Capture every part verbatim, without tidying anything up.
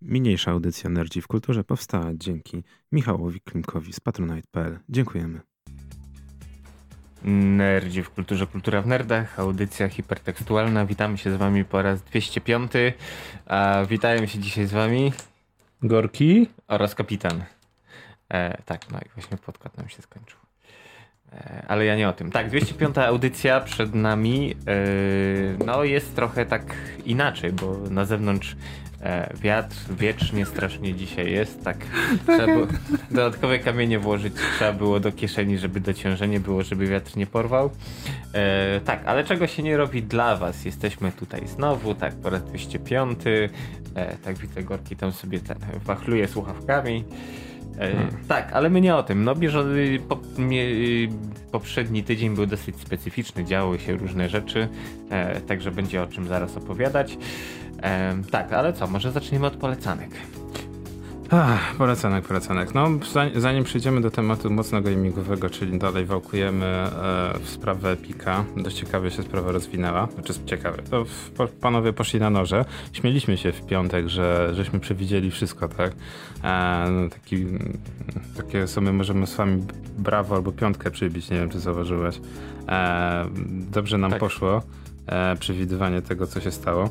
Mniejsza audycja Nerdzi w Kulturze powstała dzięki Michałowi Klimkowi z patronite kropka p l. Dziękujemy. Nerdzi w Kulturze, Kultura w Nerdach, audycja hipertekstualna. Witamy się z wami po raz dwieście piąty. A witają się dzisiaj z wami Gorki oraz Kapitan. E, tak, no i właśnie podkład nam się skończył. E, ale ja nie o tym. Tak, dwieście piąta audycja przed nami. E, no jest trochę tak inaczej, bo na zewnątrz E, wiatr wiecznie strasznie dzisiaj jest, tak trzeba było dodatkowe kamienie włożyć, trzeba było do kieszeni, żeby dociążenie było, żeby wiatr nie porwał. E, tak, ale czego się nie robi dla was? Jesteśmy tutaj znowu, tak, po raz dwieście piąty. E, tak, widzę, Gorki tam sobie ten wachluje słuchawkami. E, hmm. Tak, ale my nie o tym. No bieżący, po, nie, poprzedni tydzień był dosyć specyficzny, działy się różne rzeczy, e, także będzie o czym zaraz opowiadać. E, tak, ale co, może zaczniemy od polecanek. Ach, polecanek, polecanek. No, zanim przejdziemy do tematu mocno gamingowego, czyli dalej wałkujemy e, w sprawę Epika. Dość ciekawie się sprawa rozwinęła. Znaczy ciekawe. To w, panowie poszli na noże. Śmieliśmy się w piątek, że żeśmy przewidzieli wszystko, tak? E, no, taki, takie sobie możemy z wami brawo albo piątkę przybić, nie wiem czy zauważyłeś. E, dobrze nam tak poszło e, przewidywanie tego, co się stało.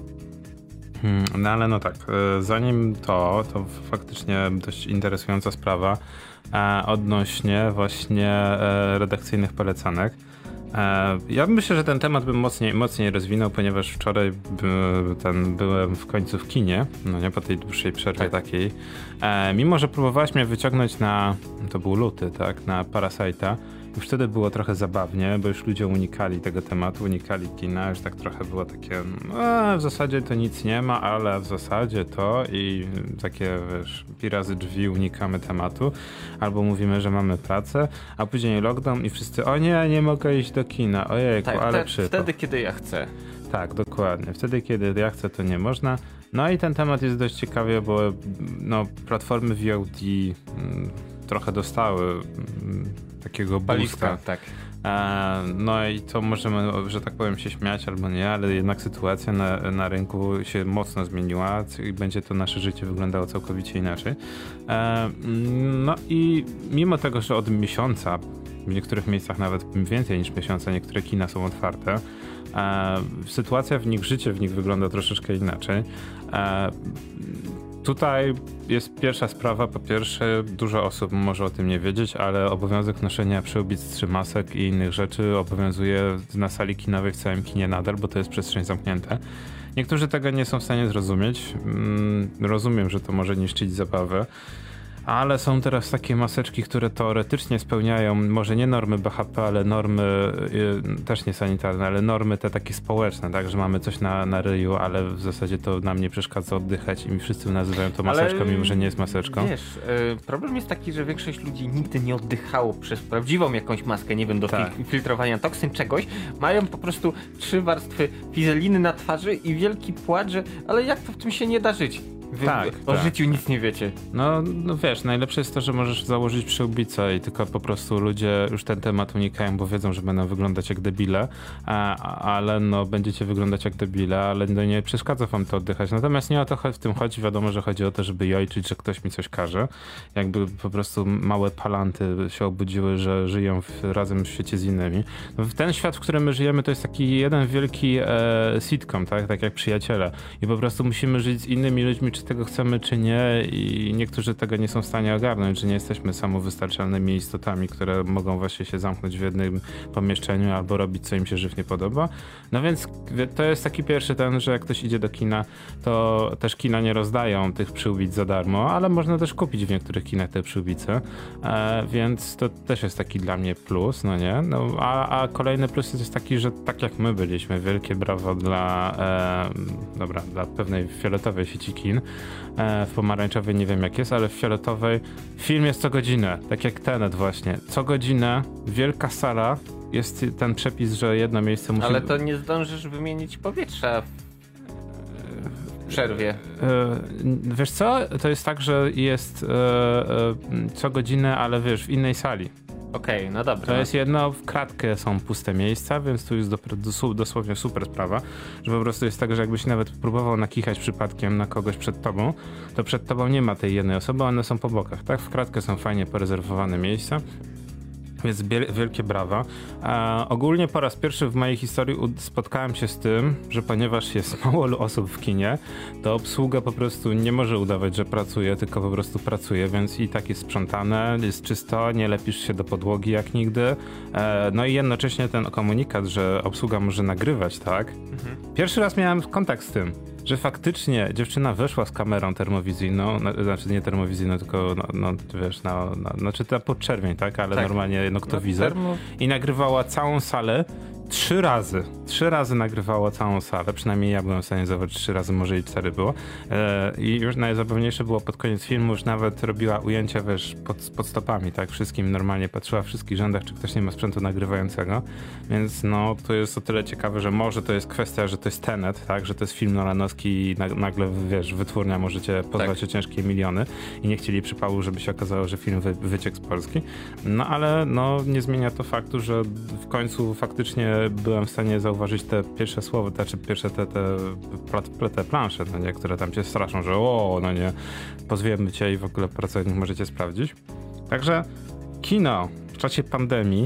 No ale no tak, zanim to, to faktycznie dość interesująca sprawa e, odnośnie właśnie e, redakcyjnych polecanek. E, ja myślę, że ten temat bym mocniej, mocniej rozwinął, ponieważ wczoraj by, ten, byłem w końcu w kinie, no nie po tej dłuższej przerwie tak. takiej. E, mimo, że próbowałeś mnie wyciągnąć na, to był luty, tak, na Parasite'a. Już wtedy było trochę zabawnie, bo już ludzie unikali tego tematu, unikali kina, już tak trochę było takie, a, w zasadzie to nic nie ma, ale w zasadzie to i takie, wiesz, pi razy drzwi unikamy tematu, albo mówimy, że mamy pracę, a później lockdown i wszyscy, o nie, nie mogę iść do kina, ojejku, tak, ale te, przypał. Wtedy, kiedy ja chcę. Tak, dokładnie, wtedy, kiedy ja chcę, to nie można. No i ten temat jest dość ciekawy, bo no, platformy V O D mm, trochę dostały mm, takiego boosta. Tak. E, no i to możemy, że tak powiem, się śmiać albo nie, ale jednak sytuacja na, na rynku się mocno zmieniła i będzie to nasze życie wyglądało całkowicie inaczej. E, no i mimo tego, że od miesiąca, w niektórych miejscach nawet więcej niż miesiąca, niektóre kina są otwarte, e, sytuacja w nich, życie w nich wygląda troszeczkę inaczej. E, Tutaj jest pierwsza sprawa. Po pierwsze, dużo osób może o tym nie wiedzieć, ale obowiązek noszenia przyłbic czy masek i innych rzeczy obowiązuje na sali kinowej w całym kinie nadal, bo to jest przestrzeń zamknięta. Niektórzy tego nie są w stanie zrozumieć. Rozumiem, że to może niszczyć zabawę, ale są teraz takie maseczki, które teoretycznie spełniają może nie normy B H P, ale normy yy, też nie sanitarne, ale normy te takie społeczne, tak, że mamy coś na, na ryju, ale w zasadzie to nam nie przeszkadza oddychać i mi wszyscy nazywają to maseczką, ale, mimo że nie jest maseczką. Wiesz, yy, problem jest taki, że większość ludzi nigdy nie oddychało przez prawdziwą jakąś maskę, nie wiem, do tak. fil- filtrowania toksyn, czegoś. Mają po prostu trzy warstwy fizeliny na twarzy i wielki płacz, że ale jak to w tym się nie da żyć? Wy tak, o tak. życiu nic nie wiecie. No, no wiesz, najlepsze jest to, że możesz założyć przyłbicę i tylko po prostu ludzie już ten temat unikają, bo wiedzą, że będą wyglądać jak debile, a, ale no będziecie wyglądać jak debile, ale no, nie przeszkadza wam to oddychać. Natomiast nie o to w tym chodzi, wiadomo, że chodzi o to, żeby jojczyć, że ktoś mi coś każe. Jakby po prostu małe palanty się obudziły, że żyją w, razem w świecie z innymi. No, ten świat, w którym my żyjemy, to jest taki jeden wielki e, sitcom, tak? Tak jak Przyjaciele. I po prostu musimy żyć z innymi ludźmi, czy tego chcemy, czy nie, i niektórzy tego nie są w stanie ogarnąć, że nie jesteśmy samowystarczalnymi istotami, które mogą właśnie się zamknąć w jednym pomieszczeniu albo robić, co im się żywnie podoba. No więc to jest taki pierwszy ten, że jak ktoś idzie do kina, to też kina nie rozdają tych przyłbic za darmo, ale można też kupić w niektórych kinach te przyłbice, e, więc to też jest taki dla mnie plus, no nie? No, a, a kolejny plus jest taki, że tak jak my byliśmy, wielkie brawo dla e, dobra, dla pewnej fioletowej sieci kin. W pomarańczowej nie wiem jak jest, ale w fioletowej film jest co godzinę, tak jak Tenet właśnie. Co godzinę, wielka sala, jest ten przepis, że jedno miejsce musi... Ale to nie zdążysz wymienić powietrza w przerwie. Wiesz co? To jest tak, że jest co godzinę, ale wiesz, w innej sali. Okej, okay, no dobra. To jest jedno, w kratkę są puste miejsca, więc tu jest do, do, dosłownie super sprawa, że po prostu jest tak, że jakbyś nawet próbował nakichać przypadkiem na kogoś przed tobą, to przed tobą nie ma tej jednej osoby, one są po bokach, tak? W kratkę są fajnie porezerwowane miejsca. Więc wielkie brawa. A ogólnie po raz pierwszy w mojej historii spotkałem się z tym, że ponieważ jest mało osób w kinie, to obsługa po prostu nie może udawać, że pracuje, tylko po prostu pracuje, więc i tak jest sprzątane, jest czysto, nie lepisz się do podłogi jak nigdy. No i jednocześnie ten komunikat, że obsługa może nagrywać, tak? Mhm. Pierwszy raz miałem kontakt z tym, że faktycznie dziewczyna weszła z kamerą termowizyjną, no, znaczy nie termowizyjną, tylko no, no wiesz, na, na, znaczy ta podczerwień, tak? Ale tak. Normalnie noktowizor. No, termo... I nagrywała całą salę trzy razy. Trzy razy nagrywała całą salę, przynajmniej ja byłem w stanie zobaczyć trzy razy, może i cztery było. E, I już najzabawniejsze było pod koniec filmu, już nawet robiła ujęcia, wiesz, pod, pod stopami, tak? Wszystkim normalnie patrzyła w wszystkich rzędach, czy ktoś nie ma sprzętu nagrywającego. Więc no, to jest o tyle ciekawe, że może to jest kwestia, że to jest Tenet, tak? Że to jest film nolanowski i nagle, wiesz, wytwórnia możecie pozwać tak. o ciężkie miliony i nie chcieli przypału, żeby się okazało, że film wy, wyciekł z Polski. No ale no, nie zmienia to faktu, że w końcu faktycznie byłem w stanie zauważyć te pierwsze słowa, znaczy pierwsze te, te, te, te plansze, no nie, które tam cię straszą, że o, no nie, pozwiemy cię i w ogóle pracownik możecie sprawdzić. Także kino w czasie pandemii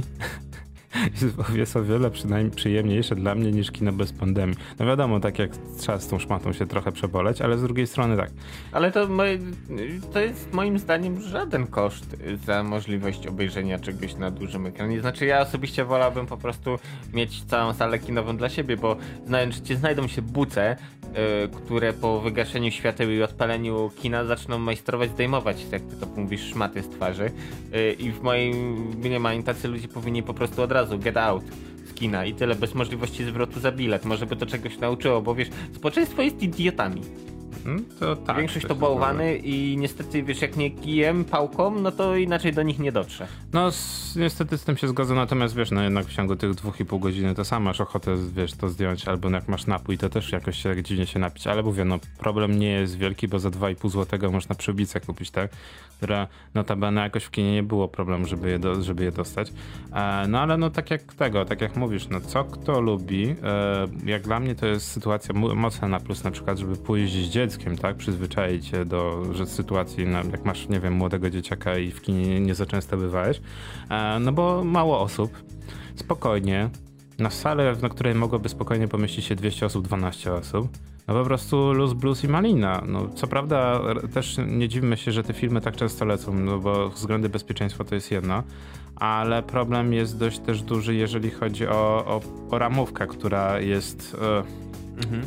jest o wiele przynajmniej przyjemniejsze dla mnie niż kino bez pandemii. No wiadomo, tak jak trzeba z tą szmatą się trochę przeboleć, ale z drugiej strony tak. Ale to, moje, to jest moim zdaniem żaden koszt za możliwość obejrzenia czegoś na dużym ekranie. Znaczy ja osobiście wolałbym po prostu mieć całą salę kinową dla siebie, bo znając, czy znajdą się buce, yy, które po wygaszeniu świateł i odpaleniu kina zaczną majstrować, zdejmować, jak ty to mówisz, szmaty z twarzy. Yy, I w moim mniemaniu tacy ludzie powinni po prostu od razu get out z kina i tyle, bez możliwości zwrotu za bilet. Może by to czegoś nauczyło, bo wiesz, społeczeństwo jest idiotami. Hmm, to tak, Większość to bałwany i niestety, wiesz, jak nie kijem, pałką, no to inaczej do nich nie dotrze. No z, niestety z tym się zgodzę, natomiast wiesz, no jednak w ciągu tych dwóch i pół godziny to sam masz ochotę, wiesz, to zdjąć, albo jak masz napój, to też jakoś się dziwnie się napić, ale mówię, no problem nie jest wielki, bo za dwa i pół złotego można przybicę kupić, tak? Które notabene jakoś w kinie nie było problemu, żeby je, do, żeby je dostać. E, no ale no tak jak tego, tak jak mówisz, no co kto lubi, e, jak dla mnie to jest sytuacja mocna na plus, na przykład, żeby pójść z dzieckiem, tak, przyzwyczaić się do że sytuacji, no, jak masz, nie wiem, młodego dzieciaka i w kinie nie, nie za często bywałeś, e, no bo mało osób, spokojnie, na salę, na której mogłoby spokojnie pomieścić się dwieście osób, dwanaście osób, no po prostu luz, blues i malina. No co prawda też nie dziwmy się, że te filmy tak często lecą, no bo względy bezpieczeństwa to jest jedno, ale problem jest dość też duży, jeżeli chodzi o, o, o ramówkę, która jest... E, mhm.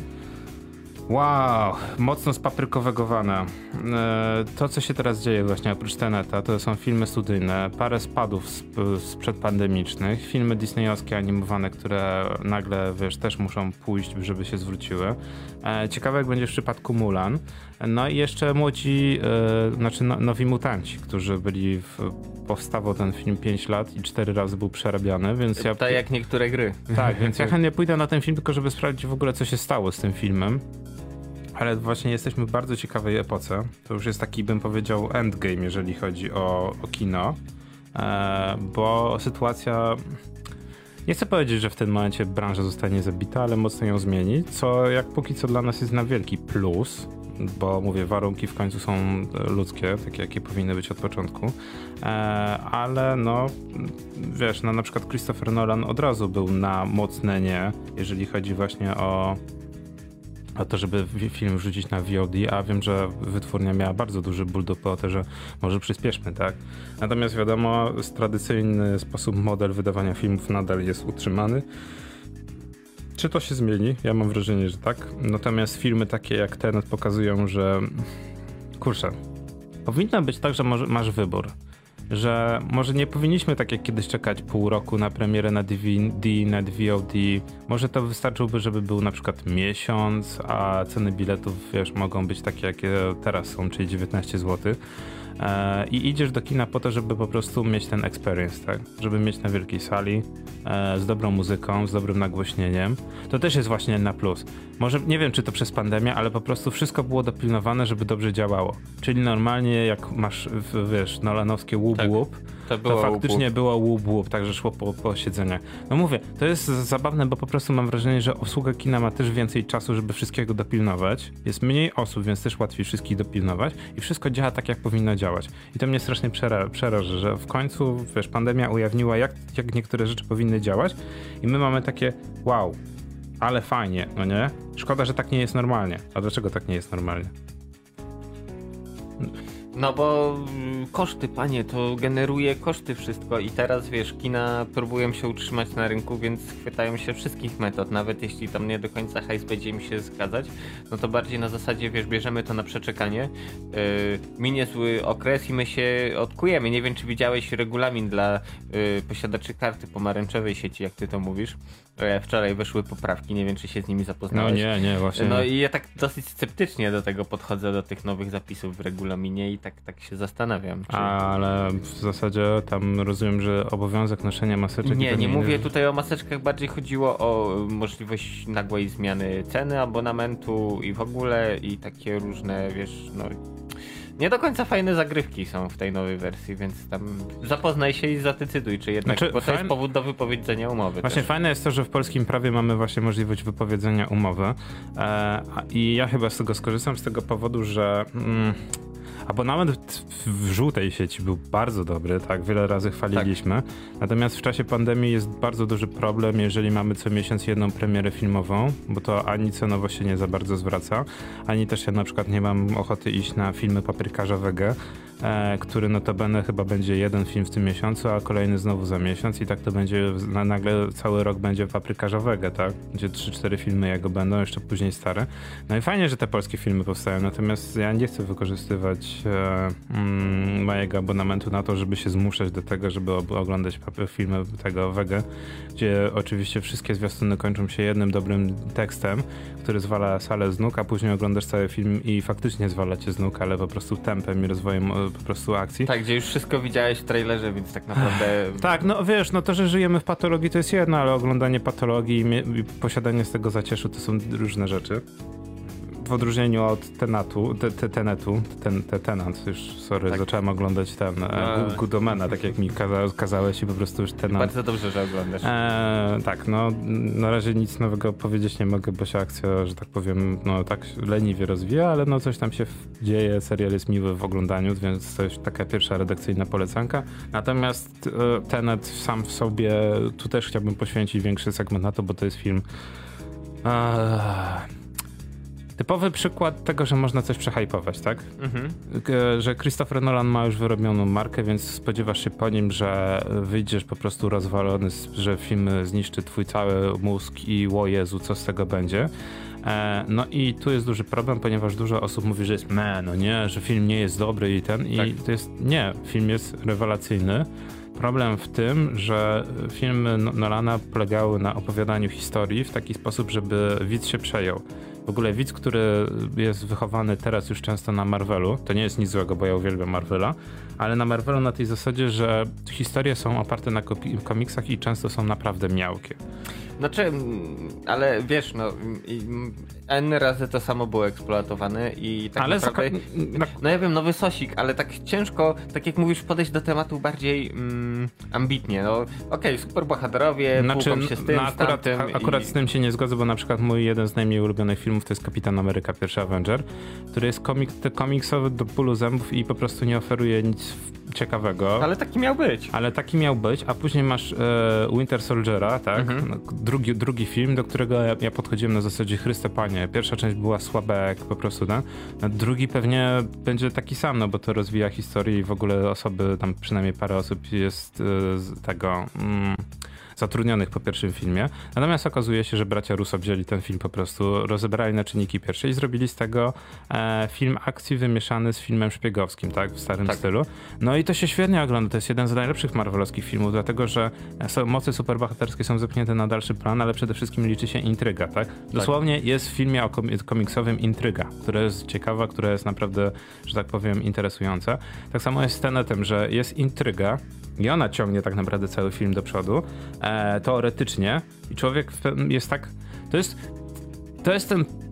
Wow, mocno spaprykowegowane. To, co się teraz dzieje właśnie oprócz Teneta, to są filmy studyjne, parę spadów sprzedpandemicznych, filmy disneyowskie animowane, które nagle, wiesz, też muszą pójść, żeby się zwróciły. Ciekawe jak będzie w przypadku Mulan. No i jeszcze młodzi, e, znaczy no, nowi mutanci, którzy byli w, powstawał ten film pięć lat i cztery razy był przerabiany, więc ja... Tak jak niektóre gry. Tak, więc ja chętnie pójdę na ten film tylko, żeby sprawdzić w ogóle, co się stało z tym filmem. Ale właśnie jesteśmy w bardzo ciekawej epoce. To już jest taki, bym powiedział, endgame, jeżeli chodzi o, o kino, e, bo sytuacja... Nie chcę powiedzieć, że w tym momencie branża zostanie zabita, ale mocno ją zmieni, co jak póki co dla nas jest na wielki plus, bo mówię, warunki w końcu są ludzkie, takie jakie powinny być od początku, e, ale no wiesz, no na przykład Christopher Nolan od razu był na mocne nie, jeżeli chodzi właśnie o o to, żeby film wrzucić na V O D, a wiem, że wytwórnia miała bardzo duży ból dupy o to, że może przyspieszmy, tak? Natomiast wiadomo, tradycyjny sposób, model wydawania filmów nadal jest utrzymany. Czy to się zmieni? Ja mam wrażenie, że tak. Natomiast filmy takie jak Tenet pokazują, że kurczę, powinno być tak, że może, masz wybór. Że może nie powinniśmy tak jak kiedyś czekać pół roku na premierę na D V D, na V O D. Może to wystarczyłby, żeby był na przykład miesiąc, a ceny biletów, wiesz, mogą być takie, jakie teraz są, czyli dziewiętnaście złotych. E, I idziesz do kina po to, żeby po prostu mieć ten experience, tak? Żeby mieć na wielkiej sali, e, z dobrą muzyką, z dobrym nagłośnieniem. To też jest właśnie na plus. Może, nie wiem, czy to przez pandemię, ale po prostu wszystko było dopilnowane, żeby dobrze działało. Czyli normalnie jak masz, wiesz, nolanowskie łup, tak. łup, to, było to faktycznie łup. było łup łup, także szło po, po siedzeniach. No mówię, to jest zabawne, bo po prostu mam wrażenie, że obsługa kina ma też więcej czasu, żeby wszystkiego dopilnować. Jest mniej osób, więc też łatwiej wszystkich dopilnować i wszystko działa tak, jak powinno działać. I to mnie strasznie przera- przeraża, że w końcu, wiesz, pandemia ujawniła, jak, jak niektóre rzeczy powinny działać i my mamy takie wow, ale fajnie, no nie? Szkoda, że tak nie jest normalnie. A dlaczego tak nie jest normalnie? No bo koszty, panie, to generuje koszty wszystko i teraz, wiesz, kina próbują się utrzymać na rynku, więc chwytają się wszystkich metod, nawet jeśli tam nie do końca hajs będzie im się zgadzać, no to bardziej na zasadzie, wiesz, bierzemy to na przeczekanie, yy, minie zły okres i my się odkujemy. Nie wiem, czy widziałeś regulamin dla yy, posiadaczy karty pomarańczowej sieci, jak ty to mówisz. Wczoraj weszły poprawki, nie wiem, czy się z nimi zapoznałeś. No nie, nie, właśnie. No i ja tak dosyć sceptycznie do tego podchodzę, do tych nowych zapisów w regulaminie i tak, tak się zastanawiam. Czy... Ale w zasadzie tam rozumiem, że obowiązek noszenia maseczek... Nie, nie inny... mówię tutaj o maseczkach, bardziej chodziło o możliwość nagłej zmiany ceny abonamentu i w ogóle i takie różne, wiesz, no... Nie do końca fajne zagrywki są w tej nowej wersji, więc tam zapoznaj się i zadecyduj, czy jednak, znaczy, bo to fajn... jest powód do wypowiedzenia umowy. Właśnie też. Fajne jest to, że w polskim prawie mamy właśnie możliwość wypowiedzenia umowy e, i ja chyba z tego skorzystam z tego powodu, że mm, abonament w żółtej sieci był bardzo dobry, tak, wiele razy chwaliliśmy, tak. Natomiast w czasie pandemii jest bardzo duży problem, jeżeli mamy co miesiąc jedną premierę filmową, bo to ani cenowo się nie za bardzo zwraca, ani też ja na przykład nie mam ochoty iść na filmy paprykarza Wege, e, który notabene chyba będzie jeden film w tym miesiącu, a kolejny znowu za miesiąc i tak to będzie, na, nagle cały rok będzie paprykarza Wege, tak, gdzie trzy cztery filmy jego będą, jeszcze później stare. No i fajnie, że te polskie filmy powstają, natomiast ja nie chcę wykorzystywać Mm, mojego abonamentu na to, żeby się zmuszać do tego, żeby oglądać filmy tego Wege, gdzie oczywiście wszystkie zwiastuny kończą się jednym dobrym tekstem, który zwala salę z nóg, a później oglądasz cały film i faktycznie zwala cię z nóg, ale po prostu tempem i rozwojem po prostu akcji. Tak, gdzie już wszystko widziałeś w trailerze, więc tak naprawdę... Tak, no wiesz, no to, że żyjemy w patologii to jest jedno, ale oglądanie patologii i, i posiadanie z tego zacieszu to są różne rzeczy. W odróżnieniu od Tenatu, te, te, Tenetu, ten, te, Tenant, już sorry, tak. Zacząłem oglądać ten no. Goodomana, tak jak mi kaza, kazałeś i po prostu już Tenant. Bardzo dobrze, że oglądasz. E, tak, no na razie nic nowego powiedzieć nie mogę, bo się akcja, że tak powiem, no tak leniwie rozwija, ale no coś tam się dzieje, serial jest miły w oglądaniu, więc to jest taka pierwsza redakcyjna polecanka. Natomiast e, Tenet sam w sobie, tu też chciałbym poświęcić większy segment na to, bo to jest film... E, Typowy przykład tego, że można coś przehypować, tak? Mhm. Że Christopher Nolan ma już wyrobioną markę, więc spodziewasz się po nim, że wyjdziesz po prostu rozwalony, że film zniszczy twój cały mózg i o Jezu, co z tego będzie. No i tu jest duży problem, ponieważ dużo osób mówi, że jest me, no nie, że film nie jest dobry i ten, i tak. To jest, nie, film jest rewelacyjny. Problem w tym, że filmy Nolana polegały na opowiadaniu historii w taki sposób, żeby widz się przejął. W ogóle widz, który jest wychowany teraz już często na Marvelu, to nie jest nic złego, bo ja uwielbiam Marvela, ale na Marvelu na tej zasadzie, że historie są oparte na komiksach i często są naprawdę miałkie. Znaczy, ale wiesz, no N razy to samo było eksploatowane i tak ale naprawdę, na... no ja wiem, nowy sosik, ale tak ciężko, tak jak mówisz, podejść do tematu bardziej mm, ambitnie, no okej, okay, superbohaterowie, znaczy, płuką się z tym, no, akurat, z a, akurat i... z tym się nie zgodzę, bo na przykład mój jeden z najmniej ulubionych filmów to jest Kapitan Ameryka, pierwszy Avenger, który jest komik, komiksowy do bólu zębów i po prostu nie oferuje nic ciekawego. Ale taki miał być. Ale taki miał być, a później masz e, Winter Soldiera, tak? Mhm. Drugi, drugi film, do którego ja, ja podchodziłem na zasadzie Chryste Panie. Pierwsza część była słaba jak po prostu, tak? A drugi pewnie będzie taki sam, no bo to rozwija historię i w ogóle osoby, tam przynajmniej parę osób jest e, z tego... Mm, zatrudnionych po pierwszym filmie. Natomiast okazuje się, że bracia Russo wzięli ten film po prostu, rozebrali na czynniki pierwsze i zrobili z tego e, film akcji wymieszany z filmem szpiegowskim, tak? W starym tak. stylu. No i to się świetnie ogląda. To jest jeden z najlepszych marvelowskich filmów, dlatego że mocy superbohaterskie są zepchnięte na dalszy plan, ale przede wszystkim liczy się intryga, tak? Dosłownie tak. Jest w filmie o komiksowym intryga, która jest ciekawa, która jest naprawdę, że tak powiem, interesująca. Tak samo jest z Tenetem, że jest intryga i ona ciągnie tak naprawdę cały film do przodu, e, teoretycznie, i człowiek jest tak, to jest to jest ten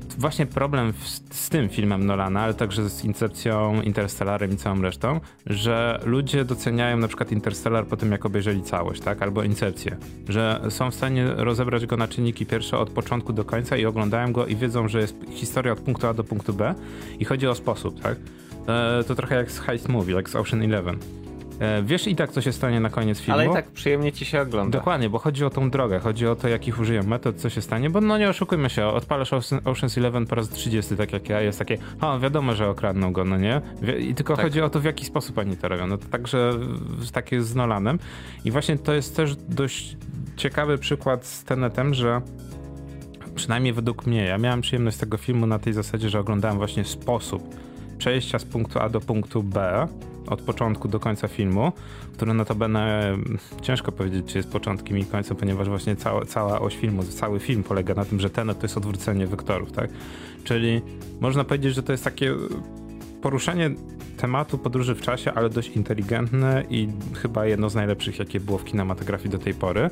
właśnie problem w, z tym filmem Nolana, ale także z Incepcją, Interstellarem i całą resztą, że ludzie doceniają na przykład Interstellar po tym, jak obejrzeli całość, tak? Albo Incepcję, że są w stanie rozebrać go na czynniki pierwsze od początku do końca i oglądają go i wiedzą, że jest historia od punktu A do punktu B i chodzi o sposób, tak? E, to trochę jak z Heist Movie, jak z Ocean Eleven. Wiesz i tak, co się stanie na koniec filmu. Ale i tak przyjemnie ci się ogląda. Dokładnie, bo chodzi o tą drogę, chodzi o to, jakich użyją metod, co się stanie, bo no nie oszukujmy się, odpalasz Ocean's Eleven po raz trzydziesty, tak jak ja, jest takie, o, wiadomo, że okradną go, no nie? I tylko tak. Chodzi o to, w jaki sposób oni to robią. No to także takie z Nolanem. I właśnie to jest też dość ciekawy przykład z Tenetem, że przynajmniej według mnie, ja miałem przyjemność z tego filmu na tej zasadzie, że oglądałem właśnie sposób przejścia z punktu A do punktu B, od początku do końca filmu, który notabene ciężko powiedzieć, czy jest początkiem i końcem, ponieważ właśnie cała, cała oś filmu, cały film polega na tym, że Tenet to jest odwrócenie wektorów, tak? Czyli można powiedzieć, że to jest takie poruszenie tematu podróży w czasie, ale dość inteligentne i chyba jedno z najlepszych, jakie było w kinematografii do tej pory,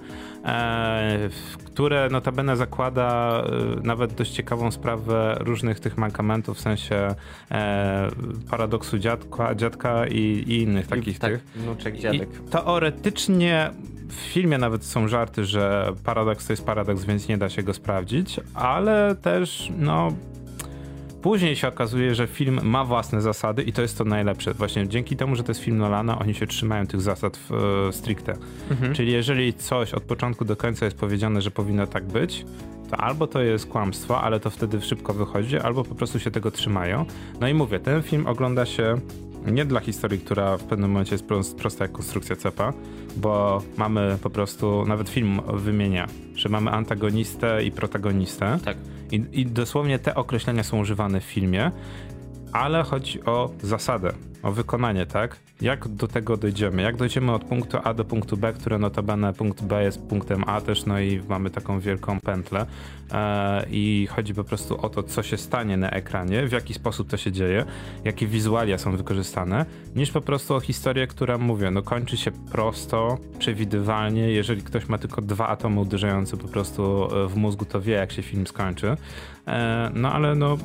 e, które notabene zakłada e, nawet dość ciekawą sprawę różnych tych mankamentów, w sensie e, paradoksu dziadka, dziadka i, i innych takich I, tak, tych. Wnuczek, dziadek. I teoretycznie w filmie nawet są żarty, że paradoks to jest paradoks, więc nie da się go sprawdzić, ale też no później się okazuje, że film ma własne zasady i to jest to najlepsze. Właśnie dzięki temu, że to jest film Nolana, oni się trzymają tych zasad w, e, stricte. Mhm. Czyli jeżeli coś od początku do końca jest powiedziane, że powinno tak być, to albo to jest kłamstwo, ale to wtedy szybko wychodzi, albo po prostu się tego trzymają. No i mówię, ten film ogląda się nie dla historii, która w pewnym momencie jest prost, prosta jak konstrukcja cepa, bo mamy po prostu, nawet film wymienia, że mamy antagonistę i protagonistę. Tak. I, I dosłownie te określenia są używane w filmie, ale chodzi o zasadę, o wykonanie, tak? Jak do tego dojdziemy? Jak dojdziemy od punktu A do punktu B, które notabene punkt B jest punktem A też, no i mamy taką wielką pętlę e, i chodzi po prostu o to, co się stanie na ekranie, w jaki sposób to się dzieje, jakie wizualia są wykorzystane, niż po prostu o historię, która, mówię, no kończy się prosto, przewidywalnie, jeżeli ktoś ma tylko dwa atomy uderzające po prostu w mózgu, to wie, jak się film skończy. E, no ale no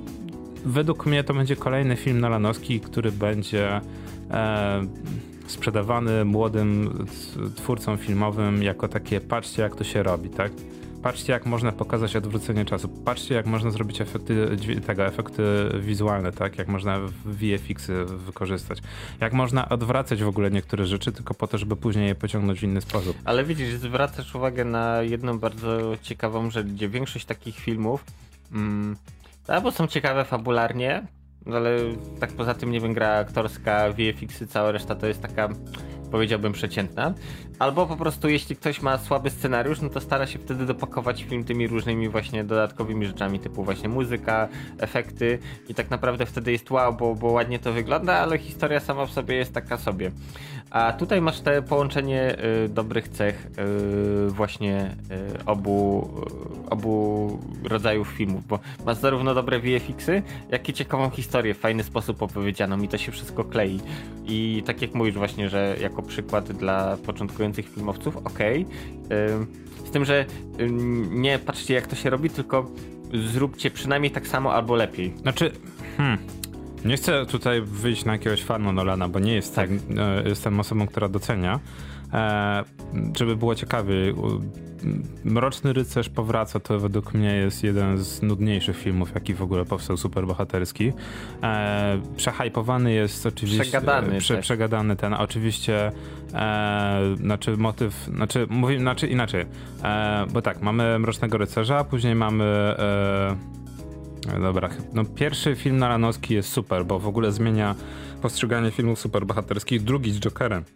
według mnie to będzie kolejny film nolanowski, który będzie e, sprzedawany młodym twórcom filmowym jako takie, patrzcie, jak to się robi, tak? Patrzcie, jak można pokazać odwrócenie czasu. Patrzcie, jak można zrobić efekty tego, efekty wizualne, tak? Jak można V F X-y wykorzystać. Jak można odwracać w ogóle niektóre rzeczy tylko po to, żeby później je pociągnąć w inny sposób. Ale widzisz, zwracasz uwagę na jedną bardzo ciekawą rzecz, gdzie większość takich filmów mm, albo są ciekawe fabularnie, ale tak poza tym, nie wiem, gra aktorska, V F X-y, cała reszta to jest taka, powiedziałbym, przeciętna. Albo po prostu, jeśli ktoś ma słaby scenariusz, no to stara się wtedy dopakować film tymi różnymi właśnie dodatkowymi rzeczami, typu właśnie muzyka, efekty i tak naprawdę wtedy jest wow, bo, bo ładnie to wygląda, ale historia sama w sobie jest taka sobie. A tutaj masz te połączenie y, dobrych cech y, właśnie y, obu, y, obu rodzajów filmów, bo masz zarówno dobre V F X-y, jak i ciekawą historię w fajny sposób opowiedzianą i to się wszystko klei. I tak jak mówisz właśnie, że jako przykład dla początkujących filmowców, okej, okay, z tym, że y, nie patrzcie, jak to się robi, tylko zróbcie przynajmniej tak samo albo lepiej. Znaczy, hmm... Nie chcę tutaj wyjść na jakiegoś fanu Nolana, bo nie jest tak. tak e, jestem osobą, która docenia. E, żeby było ciekawiej, Mroczny Rycerz powraca, to według mnie jest jeden z nudniejszych filmów, jaki w ogóle powstał superbohaterski. E, przehajpowany jest oczywiście... Przegadany. Prze, przegadany ten, oczywiście e, znaczy motyw, znaczy, mówię, znaczy inaczej, e, bo tak, mamy Mrocznego Rycerza, później mamy... E, Dobra, no pierwszy film nolanowski jest super, bo w ogóle zmienia postrzeganie filmów superbohaterskich. Drugi z Jokerem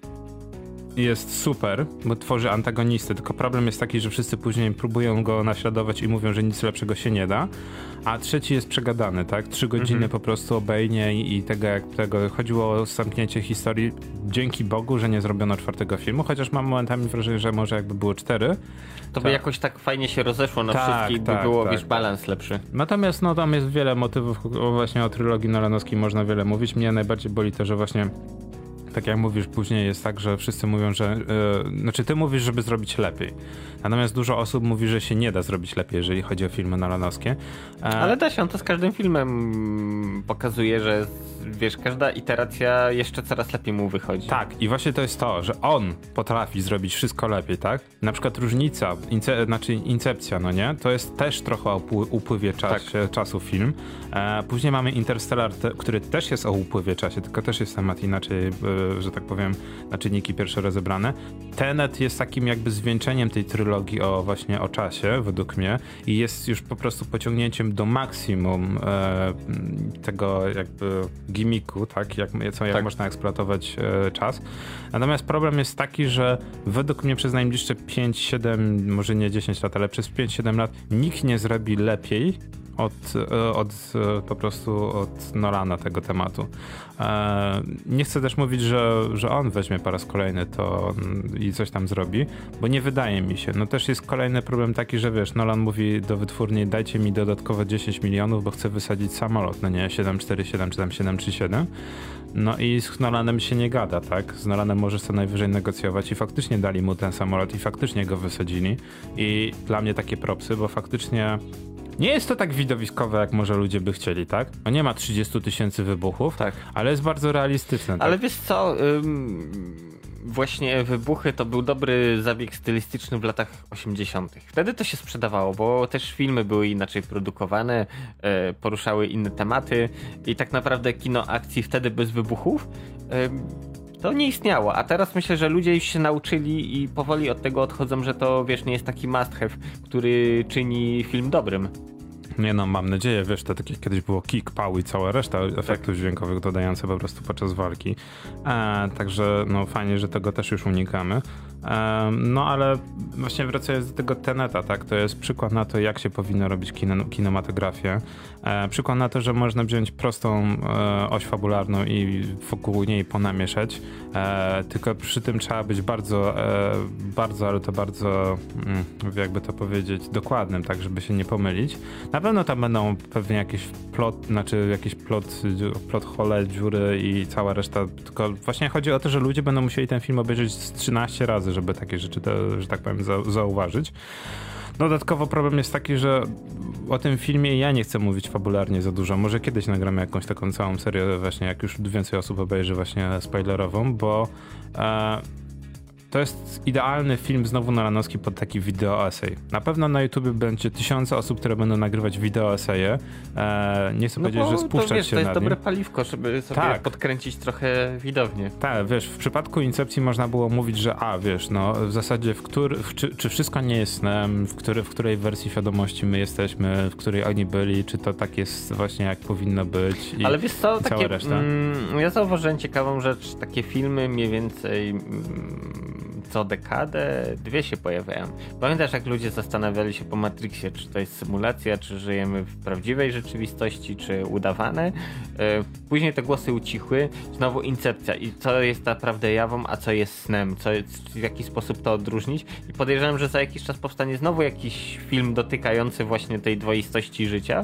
jest super, bo tworzy antagonistę, tylko problem jest taki, że wszyscy później próbują go naśladować i mówią, że nic lepszego się nie da. A trzeci jest przegadany, tak? Trzy godziny mm-hmm. po prostu obejnie i, i tego jak tego. Chodziło o zamknięcie historii. Dzięki Bogu, że nie zrobiono czwartego filmu, chociaż mam momentami wrażenie, że może jakby było cztery. To, to by jakoś tak fajnie się rozeszło na tak, wszystkich, tak, by było, tak, wiesz, tak. balans lepszy. Natomiast no tam jest wiele motywów, właśnie o trylogii nolanowskiej można wiele mówić. Mnie najbardziej boli to, że właśnie tak jak mówisz, później jest tak, że wszyscy mówią, że... Yy, znaczy ty mówisz, żeby zrobić lepiej. Natomiast dużo osób mówi, że się nie da zrobić lepiej, jeżeli chodzi o filmy nolanowskie. E... Ale da się, on to z każdym filmem pokazuje, że wiesz, każda iteracja jeszcze coraz lepiej mu wychodzi. Tak, i właśnie to jest to, że on potrafi zrobić wszystko lepiej, tak? Na przykład Różnica, ince, znaczy Incepcja, no nie? To jest też trochę o upływie czas, tak. czasu film. E, później mamy Interstellar, te, który też jest o upływie czasie, tylko też jest temat inaczej, e, że tak powiem, na czynniki pierwsze rozebrane. Tenet jest takim jakby zwieńczeniem tej trylogii o właśnie o czasie, według mnie, i jest już po prostu pociągnięciem do maksimum e, tego jakby gimmicku, tak? Jak, co, jak tak. można eksploatować e, czas. Natomiast problem jest taki, że według mnie przez najbliższe pięć siedem, może nie dziesięć lat, ale przez pięć siedem lat nikt nie zrobi lepiej od, od po prostu od Nolana tego tematu. Nie chcę też mówić, że, że on weźmie po raz kolejny to i coś tam zrobi, bo nie wydaje mi się. No też jest kolejny problem taki, że wiesz, Nolan mówi do wytwórni, dajcie mi dodatkowe dziesięć milionów, bo chcę wysadzić samolot, no nie, siedem cztery siedem czy tam siedem trzy siedem. No i z Nolanem się nie gada, tak? Z Nolanem możesz co najwyżej negocjować i faktycznie dali mu ten samolot i faktycznie go wysadzili. I dla mnie takie propsy, bo faktycznie nie jest to tak widowiskowe, jak może ludzie by chcieli, tak? No nie ma trzydzieści tysięcy wybuchów, tak, ale jest bardzo realistyczne. Ale tak? wiesz co, ym, właśnie wybuchy to był dobry zabieg stylistyczny w latach osiemdziesiątych. Wtedy to się sprzedawało, bo też filmy były inaczej produkowane, e, poruszały inne tematy i tak naprawdę kino akcji wtedy bez wybuchów e, to nie istniało, a teraz myślę, że ludzie już się nauczyli i powoli od tego odchodzą, że to wiesz, nie jest taki must have, który czyni film dobrym. Nie no, mam nadzieję, wiesz, to tak jak kiedyś było kick, pał i cała reszta efektów tak. dźwiękowych dodające po prostu podczas walki. E, także no fajnie, że tego też już unikamy. E, no ale właśnie wracając do tego Teneta, tak, to jest przykład na to, jak się powinno robić kino, kinematografię. E, przykład na to, że można wziąć prostą e, oś fabularną i wokół niej ponamieszać, e, tylko przy tym trzeba być bardzo, e, bardzo, ale to bardzo, mm, jakby to powiedzieć, dokładnym, tak, żeby się nie pomylić. Na pewno tam będą pewnie jakieś plot, znaczy jakieś plot, plot hole, dziury i cała reszta, tylko właśnie chodzi o to, że ludzie będą musieli ten film obejrzeć z trzynaście razy, żeby takie rzeczy, to, że tak powiem, za, zauważyć. Dodatkowo problem jest taki, że o tym filmie ja nie chcę mówić fabularnie za dużo. Może kiedyś nagramy jakąś taką całą serię właśnie, jak już więcej osób obejrzy właśnie spoilerową, bo e, to jest idealny film znowu nolanowski pod taki wideo essay. Na pewno na YouTubie będzie tysiące osób, które będą nagrywać wideo eseje. E, nie chcę no powiedzieć, że spuszczać to, wiesz, się to jest nad dobre nim. paliwko, żeby sobie tak. podkręcić trochę widownię. Tak, wiesz, w przypadku Incepcji można było mówić, że a, wiesz, no w zasadzie w który, w, czy, czy wszystko nie jest snem, w, który, w której wersji świadomości my jesteśmy, w której oni byli, czy to tak jest właśnie jak powinno być i ale wiesz co, cała takie, reszta. Mm, ja zauważyłem ciekawą rzecz, takie filmy mniej więcej mm, co dekadę, dwie się pojawiają. Pamiętasz, jak ludzie zastanawiali się po Matrixie, czy to jest symulacja, czy żyjemy w prawdziwej rzeczywistości, czy udawane. Później te głosy ucichły, znowu Incepcja i co jest naprawdę jawą, a co jest snem, co jest, w jaki sposób to odróżnić. I podejrzewam, że za jakiś czas powstanie znowu jakiś film dotykający właśnie tej dwoistości życia.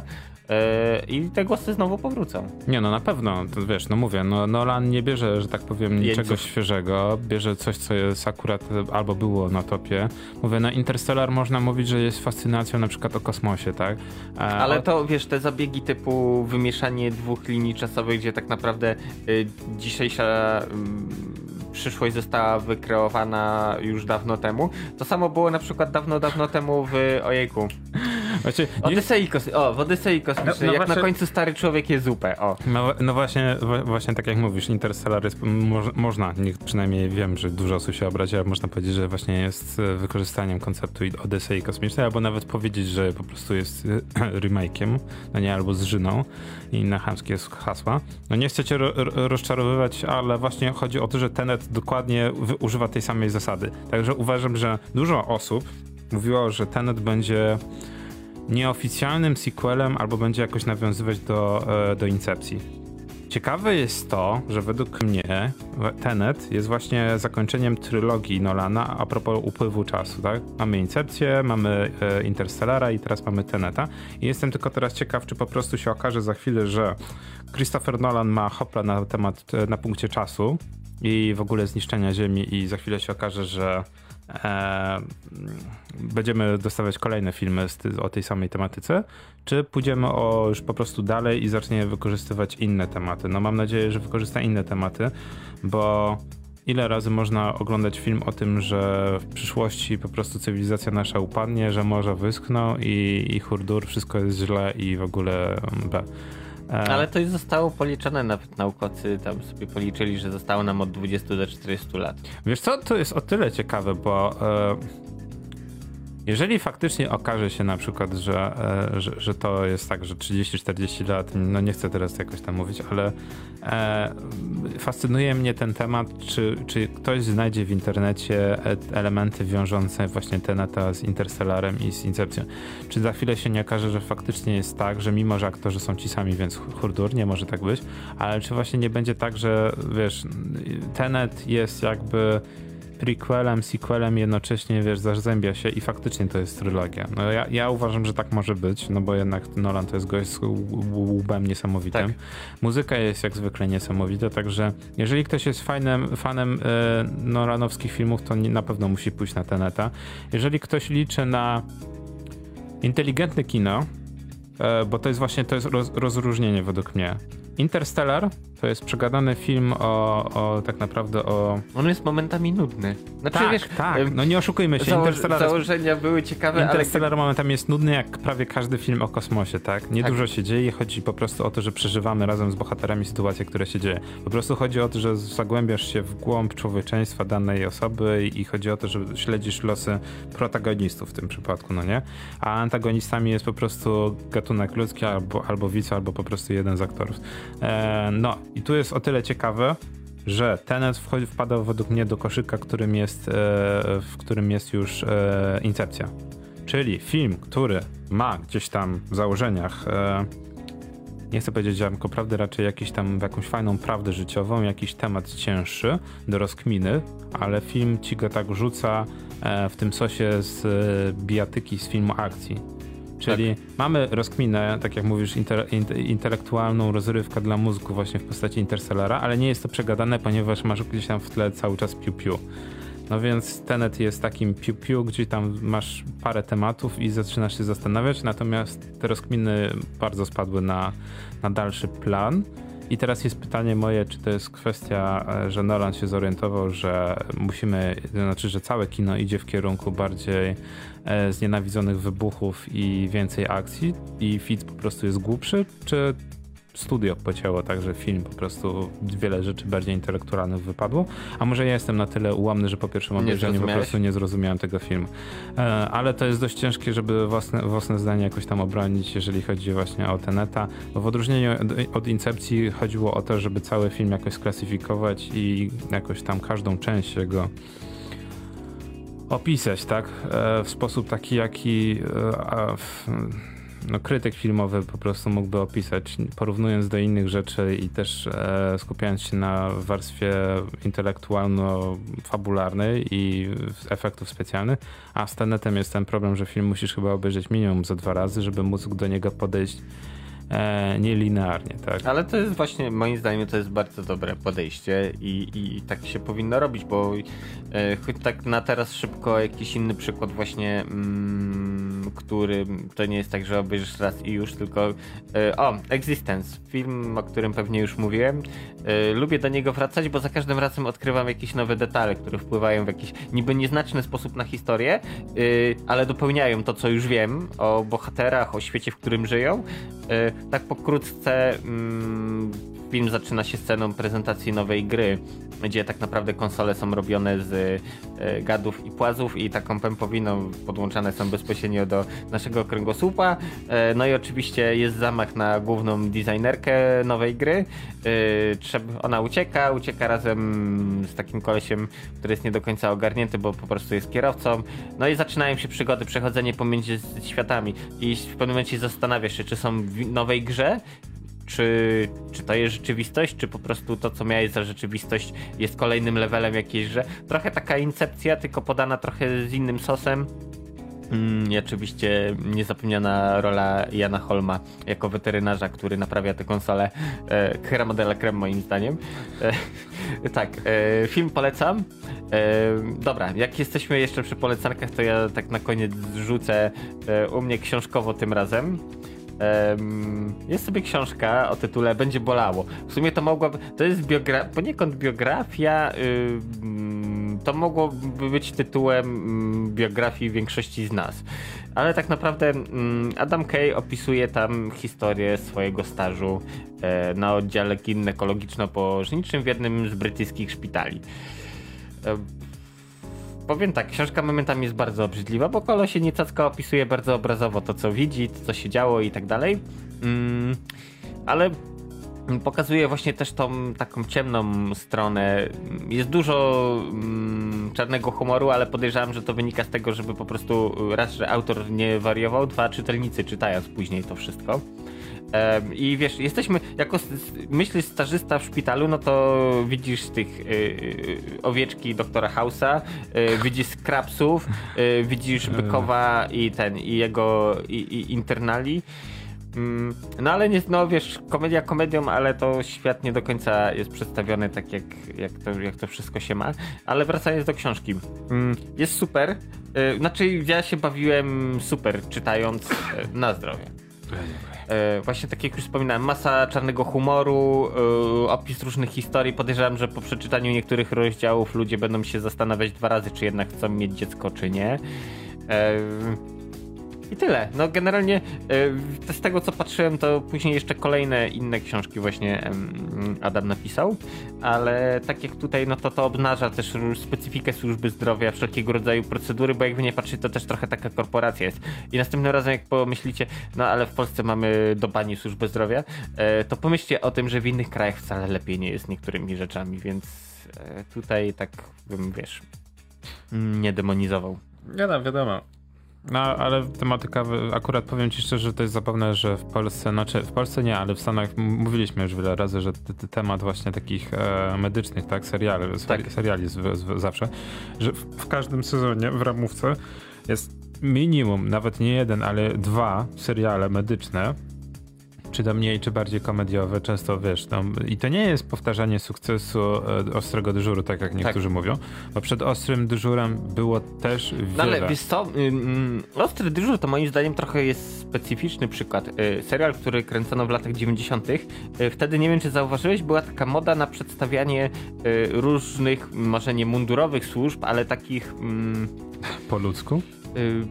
I te głosy znowu powrócą. Nie, no na pewno, to wiesz, no mówię, no Nolan nie bierze, że tak powiem, niczego Jeńców. świeżego, bierze coś, co jest akurat albo było na topie. Mówię, no Interstellar można mówić, że jest fascynacją na przykład o kosmosie, tak? A, Ale o... to, wiesz, te zabiegi typu wymieszanie dwóch linii czasowych, gdzie tak naprawdę y, dzisiejsza y, przyszłość została wykreowana już dawno temu. To samo było na przykład dawno, dawno temu w ojejku. Znaczy, Odysei kosmicznej. O, w Odysei kosmicznej. No, no jak właśnie... na końcu stary człowiek je zupę. O. No, no właśnie, właśnie tak jak mówisz, Interstellar jest, mo można, nie, przynajmniej wiem, że dużo osób się obrazi, ale można powiedzieć, że właśnie jest wykorzystaniem konceptu Odysei kosmicznej, albo nawet powiedzieć, że po prostu jest remake'iem, no nie, albo zżyną i inne chamskie hasła. No nie chcę cię ro rozczarowywać, ale właśnie chodzi o to, że Tenet dokładnie używa tej samej zasady. Także uważam, że dużo osób mówiło, że Tenet będzie nieoficjalnym sequelem albo będzie jakoś nawiązywać do, do Incepcji. Ciekawe jest to, że według mnie Tenet jest właśnie zakończeniem trylogii Nolana a propos upływu czasu, tak? Mamy Incepcję, mamy Interstellara i teraz mamy Teneta. I jestem tylko teraz ciekaw, czy po prostu się okaże za chwilę, że Christopher Nolan ma hopla na temat, na punkcie czasu i w ogóle zniszczenia Ziemi i za chwilę się okaże, że e, będziemy dostawać kolejne filmy z ty, o tej samej tematyce, czy pójdziemy o już po prostu dalej i zaczniemy wykorzystywać inne tematy. No mam nadzieję, że wykorzysta inne tematy, bo ile razy można oglądać film o tym, że w przyszłości po prostu cywilizacja nasza upadnie, że morza wyschną i, i hurdur, wszystko jest źle i w ogóle B. Ale to już zostało policzone, nawet naukowcy tam sobie policzyli, że zostało nam od dwudziestu do czterdziestu lat. Wiesz co, to jest o tyle ciekawe, bo e, jeżeli faktycznie okaże się na przykład, że, e, że, że to jest tak, że trzydzieści czterdzieści lat, no nie chcę teraz jakoś tam mówić, ale e, fascynuje mnie ten temat, czy, czy ktoś znajdzie w internecie elementy wiążące właśnie Teneta z Interstellarem i z Incepcją. Czy za chwilę się nie okaże, że faktycznie jest tak, że mimo, że aktorzy są ci sami, więc hurdur, nie może tak być, ale czy właśnie nie będzie tak, że wiesz, Tenet jest jakby prequelem, sequelem jednocześnie, wiesz, zazębia się i faktycznie to jest trylogia. No ja, ja uważam, że tak może być, no bo jednak Nolan to jest gość z łbem niesamowitym. Tak. Muzyka jest jak zwykle niesamowita, także jeżeli ktoś jest fajnym, fanem e, nolanowskich filmów, to nie, na pewno musi pójść na Teneta. Jeżeli ktoś liczy na inteligentne kino, e, bo to jest właśnie to jest roz, rozróżnienie według mnie. Interstellar to jest przegadany film o, o tak naprawdę o... On jest momentami nudny. Znaczy, tak, wiesz, tak, no nie oszukujmy się. Zało- Interstellar założenia były ciekawe, Interstellar ale... momentami jest nudny jak prawie każdy film o kosmosie, tak? Nie tak. dużo się dzieje, chodzi po prostu o to, że przeżywamy razem z bohaterami sytuacje, które się dzieje. Po prostu chodzi o to, że zagłębiasz się w głąb człowieczeństwa danej osoby i chodzi o to, że śledzisz losy protagonistów w tym przypadku, no nie? A antagonistami jest po prostu gatunek ludzki albo, albo widz, albo po prostu jeden z aktorów. E, no i tu jest o tyle ciekawe, że Tenet wchodzi, wpada według mnie do koszyka, którym jest, e, w którym jest już e, Incepcja. Czyli film, który ma gdzieś tam w założeniach, e, nie chcę powiedzieć ziarnko prawdy, raczej jakiś tam, jakąś fajną prawdę życiową, jakiś temat cięższy do rozkminy, ale film ci go tak rzuca e, w tym sosie z e, bijatyki z filmu akcji. Czyli tak. Mamy rozkminę, tak jak mówisz, inter, intelektualną rozrywkę dla mózgu właśnie w postaci Interstellara, ale nie jest to przegadane, ponieważ masz gdzieś tam w tle cały czas piu-piu. No więc Tenet jest takim piu-piu, gdzie tam masz parę tematów i zaczynasz się zastanawiać, natomiast te rozkminy bardzo spadły na, na dalszy plan. I teraz jest pytanie moje, czy to jest kwestia, że Nolan się zorientował, że musimy, znaczy, że całe kino idzie w kierunku bardziej e, znienawidzonych wybuchów i więcej akcji i Fitz po prostu jest głupszy, czy studio pocięło tak, że film po prostu wiele rzeczy bardziej intelektualnych wypadło, a może ja jestem na tyle ułomny, że po pierwszym obejrzeniu po prostu nie zrozumiałem tego filmu. E, ale to jest dość ciężkie, żeby własne, własne zdanie jakoś tam obronić, jeżeli chodzi właśnie o Teneta, bo w odróżnieniu od, od Incepcji chodziło o to, żeby cały film jakoś sklasyfikować i jakoś tam każdą część jego opisać, tak? E, w sposób taki, jaki e, a, w, no, krytyk filmowy po prostu mógłby opisać, porównując do innych rzeczy i też e, skupiając się na warstwie intelektualno-fabularnej i efektów specjalnych, a z Tenetem jest ten problem, że film musisz chyba obejrzeć minimum za dwa razy, żeby móc do niego podejść e, nielinearnie, tak? Ale to jest właśnie, moim zdaniem, to jest bardzo dobre podejście i, i tak się powinno robić, bo e, choć tak na teraz szybko jakiś inny przykład właśnie, mm, który to nie jest tak, że obejrzysz raz i już, tylko e, o, Existence, film, o którym pewnie już mówiłem. E, lubię do niego wracać, bo za każdym razem odkrywam jakieś nowe detale, które wpływają w jakiś niby nieznaczny sposób na historię, e, ale dopełniają to, co już wiem o bohaterach, o świecie, w którym żyją. E, tak pokrótce mm, film zaczyna się sceną prezentacji nowej gry, gdzie tak naprawdę konsole są robione z e, gadów i płazów i taką pępowiną podłączane są bezpośrednio do naszego kręgosłupa. E, no i oczywiście jest zamach na główną designerkę nowej gry. E, trzeba, ona ucieka, ucieka razem z takim kolesiem, który jest nie do końca ogarnięty, bo po prostu jest kierowcą. No i zaczynają się przygody, przechodzenie pomiędzy światami i w pewnym momencie zastanawiasz się, czy są w nowej grze, Czy, czy to jest rzeczywistość, czy po prostu to, co miałeś za rzeczywistość, jest kolejnym levelem jakiejś, że trochę taka Incepcja, tylko podana trochę z innym sosem. Mm, I oczywiście niezapomniana rola Jana Holma jako weterynarza, który naprawia tę konsolę. E, crema de la creme moim zdaniem. E, tak, e, film polecam. E, dobra, jak jesteśmy jeszcze przy polecankach, to ja tak na koniec rzucę e, u mnie książkowo tym razem. Um, jest sobie książka o tytule Będzie bolało. W sumie to mogłaby, to jest biogra- poniekąd biografia, yy, to mogłoby być tytułem yy, biografii większości z nas. Ale tak naprawdę yy, Adam Kay opisuje tam historię swojego stażu yy, na oddziale ginekologiczno-położniczym w jednym z brytyjskich szpitali. Yy. Powiem tak, książka momentami jest bardzo obrzydliwa, bo Kolo się niecacko opisuje bardzo obrazowo to, co widzi, to, co się działo i tak dalej. Mm, ale pokazuje właśnie też tą taką ciemną stronę. Jest dużo mm, czarnego humoru, ale podejrzewam, że to wynika z tego, żeby po prostu raz, że autor nie wariował, dwa, czytelnicy czytając później to wszystko. I wiesz, jesteśmy, jako myślisz stażysta w szpitalu, no to widzisz tych y, y, owieczki doktora House'a, y, widzisz Scrapsów, y, widzisz Bykowa i ten, i jego i, i internali. Mm, no ale nie, no wiesz, komedia komedią, ale to świat nie do końca jest przedstawiony tak jak, jak, to, jak to wszystko się ma. Ale wracając do książki, mm, jest super, y, znaczy ja się bawiłem super czytając y, na zdrowie. E, właśnie tak jak już wspominałem, masa czarnego humoru, e, opis różnych historii. Podejrzewam, że po przeczytaniu niektórych rozdziałów ludzie będą się zastanawiać dwa razy, czy jednak chcą mieć dziecko, czy nie. E, I tyle. No generalnie e, z tego co patrzyłem, to później jeszcze kolejne inne książki właśnie em, Adam napisał, ale tak jak tutaj, no to to obnaża też specyfikę służby zdrowia, wszelkiego rodzaju procedury, bo jak wy nie patrzycie, to też trochę taka korporacja jest. I następnym razem jak pomyślicie, no ale w Polsce mamy do bani służbę zdrowia, e, to pomyślcie o tym, że w innych krajach wcale lepiej nie jest niektórymi rzeczami, więc e, tutaj tak bym, wiesz, nie demonizował. Wiadomo, wiadomo. No, ale tematyka, akurat powiem ci szczerze, że to jest zabawne, że w Polsce, znaczy w Polsce nie, ale w Stanach mówiliśmy już wiele razy, że t- t- temat właśnie takich e, medycznych, tak, seriali, tak. seriali z, z, zawsze, że w, w każdym sezonie w ramówce jest minimum, nawet nie jeden, ale dwa seriale medyczne, czy to mniej, czy bardziej komediowe, często wiesz, no, i to nie jest powtarzanie sukcesu e, Ostrego Dyżuru, tak jak niektórzy tak. mówią, bo przed Ostrym Dyżurem było też wiele. No ale wiesz co, ym, Ostry Dyżur to moim zdaniem trochę jest specyficzny przykład. Yy, serial, który kręcono w latach dziewięćdziesiątych. Yy, wtedy, nie wiem czy zauważyłeś, była taka moda na przedstawianie yy, różnych, może nie mundurowych służb, ale takich... Yy, po ludzku? Yy,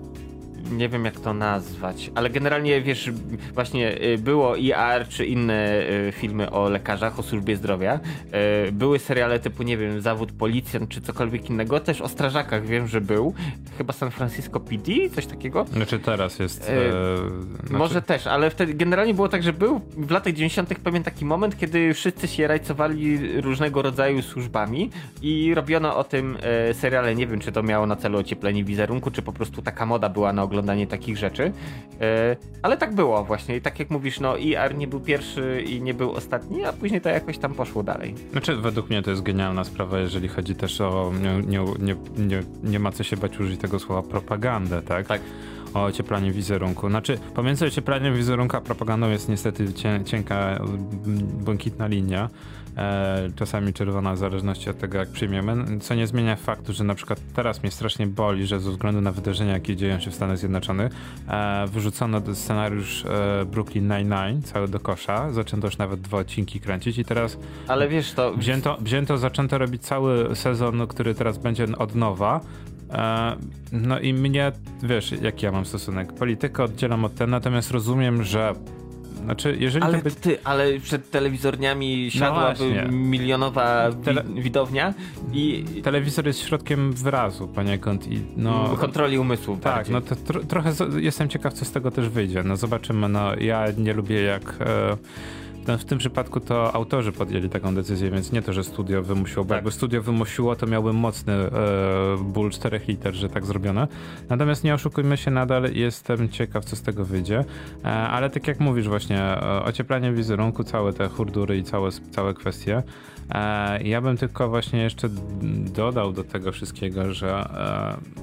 nie wiem jak to nazwać, ale generalnie wiesz, właśnie było I R czy inne filmy o lekarzach, o służbie zdrowia. Były seriale typu, nie wiem, Zawód Policjant czy cokolwiek innego. Też o strażakach wiem, że był. Chyba San Francisco P D, coś takiego. Znaczy teraz jest... E, znaczy... Może też, ale wtedy generalnie było tak, że był w latach dziewięćdziesiątych pewien taki moment, kiedy wszyscy się rajcowali różnego rodzaju służbami i robiono o tym e, seriale. Nie wiem, czy to miało na celu ocieplenie wizerunku, czy po prostu taka moda była na oglądanie takich rzeczy, e, ale tak było właśnie i tak jak mówisz, no I R nie był pierwszy i nie był ostatni, a później to jakoś tam poszło dalej. Znaczy według mnie to jest genialna sprawa, jeżeli chodzi też o nie, nie, nie, nie, nie ma co się bać użyć tego słowa propagandę, tak? Tak. O ocieplaniu wizerunku. Znaczy pomiędzy ocieplaniem wizerunku a propagandą jest niestety cię, cienka, błękitna linia. E, czasami czerwona w zależności od tego jak przyjmiemy, co nie zmienia faktu, że na przykład teraz mnie strasznie boli, że ze względu na wydarzenia jakie dzieją się w Stanach Zjednoczonych e, wyrzucono scenariusz e, Brooklyn Nine-Nine cały do kosza, zaczęto już nawet dwa odcinki kręcić i teraz ale wiesz to... wzięto, wzięto zaczęto robić cały sezon, który teraz będzie od nowa. E, no i mnie, wiesz jaki ja mam stosunek, politykę oddzielam od ten, natomiast rozumiem, że Znaczy, jeżeli ale by... ty, ale przed telewizorniami siadłaby no milionowa wi- Tele... widownia i... Telewizor jest środkiem wyrazu poniekąd i no... kontroli umysłu. Tak, bardziej. no to tro- trochę z- jestem ciekaw, co z tego też wyjdzie. No zobaczymy, no ja nie lubię jak... E... No w tym przypadku to autorzy podjęli taką decyzję, więc nie to, że studio wymusiło, bo tak. jakby studio wymusiło, to miałby mocny e, ból czterech liter, że tak zrobione. Natomiast nie oszukujmy się, nadal jestem ciekaw, co z tego wyjdzie. E, ale tak jak mówisz właśnie, e, ocieplanie wizerunku, całe te hurdury i całe, całe kwestie. E, ja bym tylko właśnie jeszcze dodał do tego wszystkiego, że e,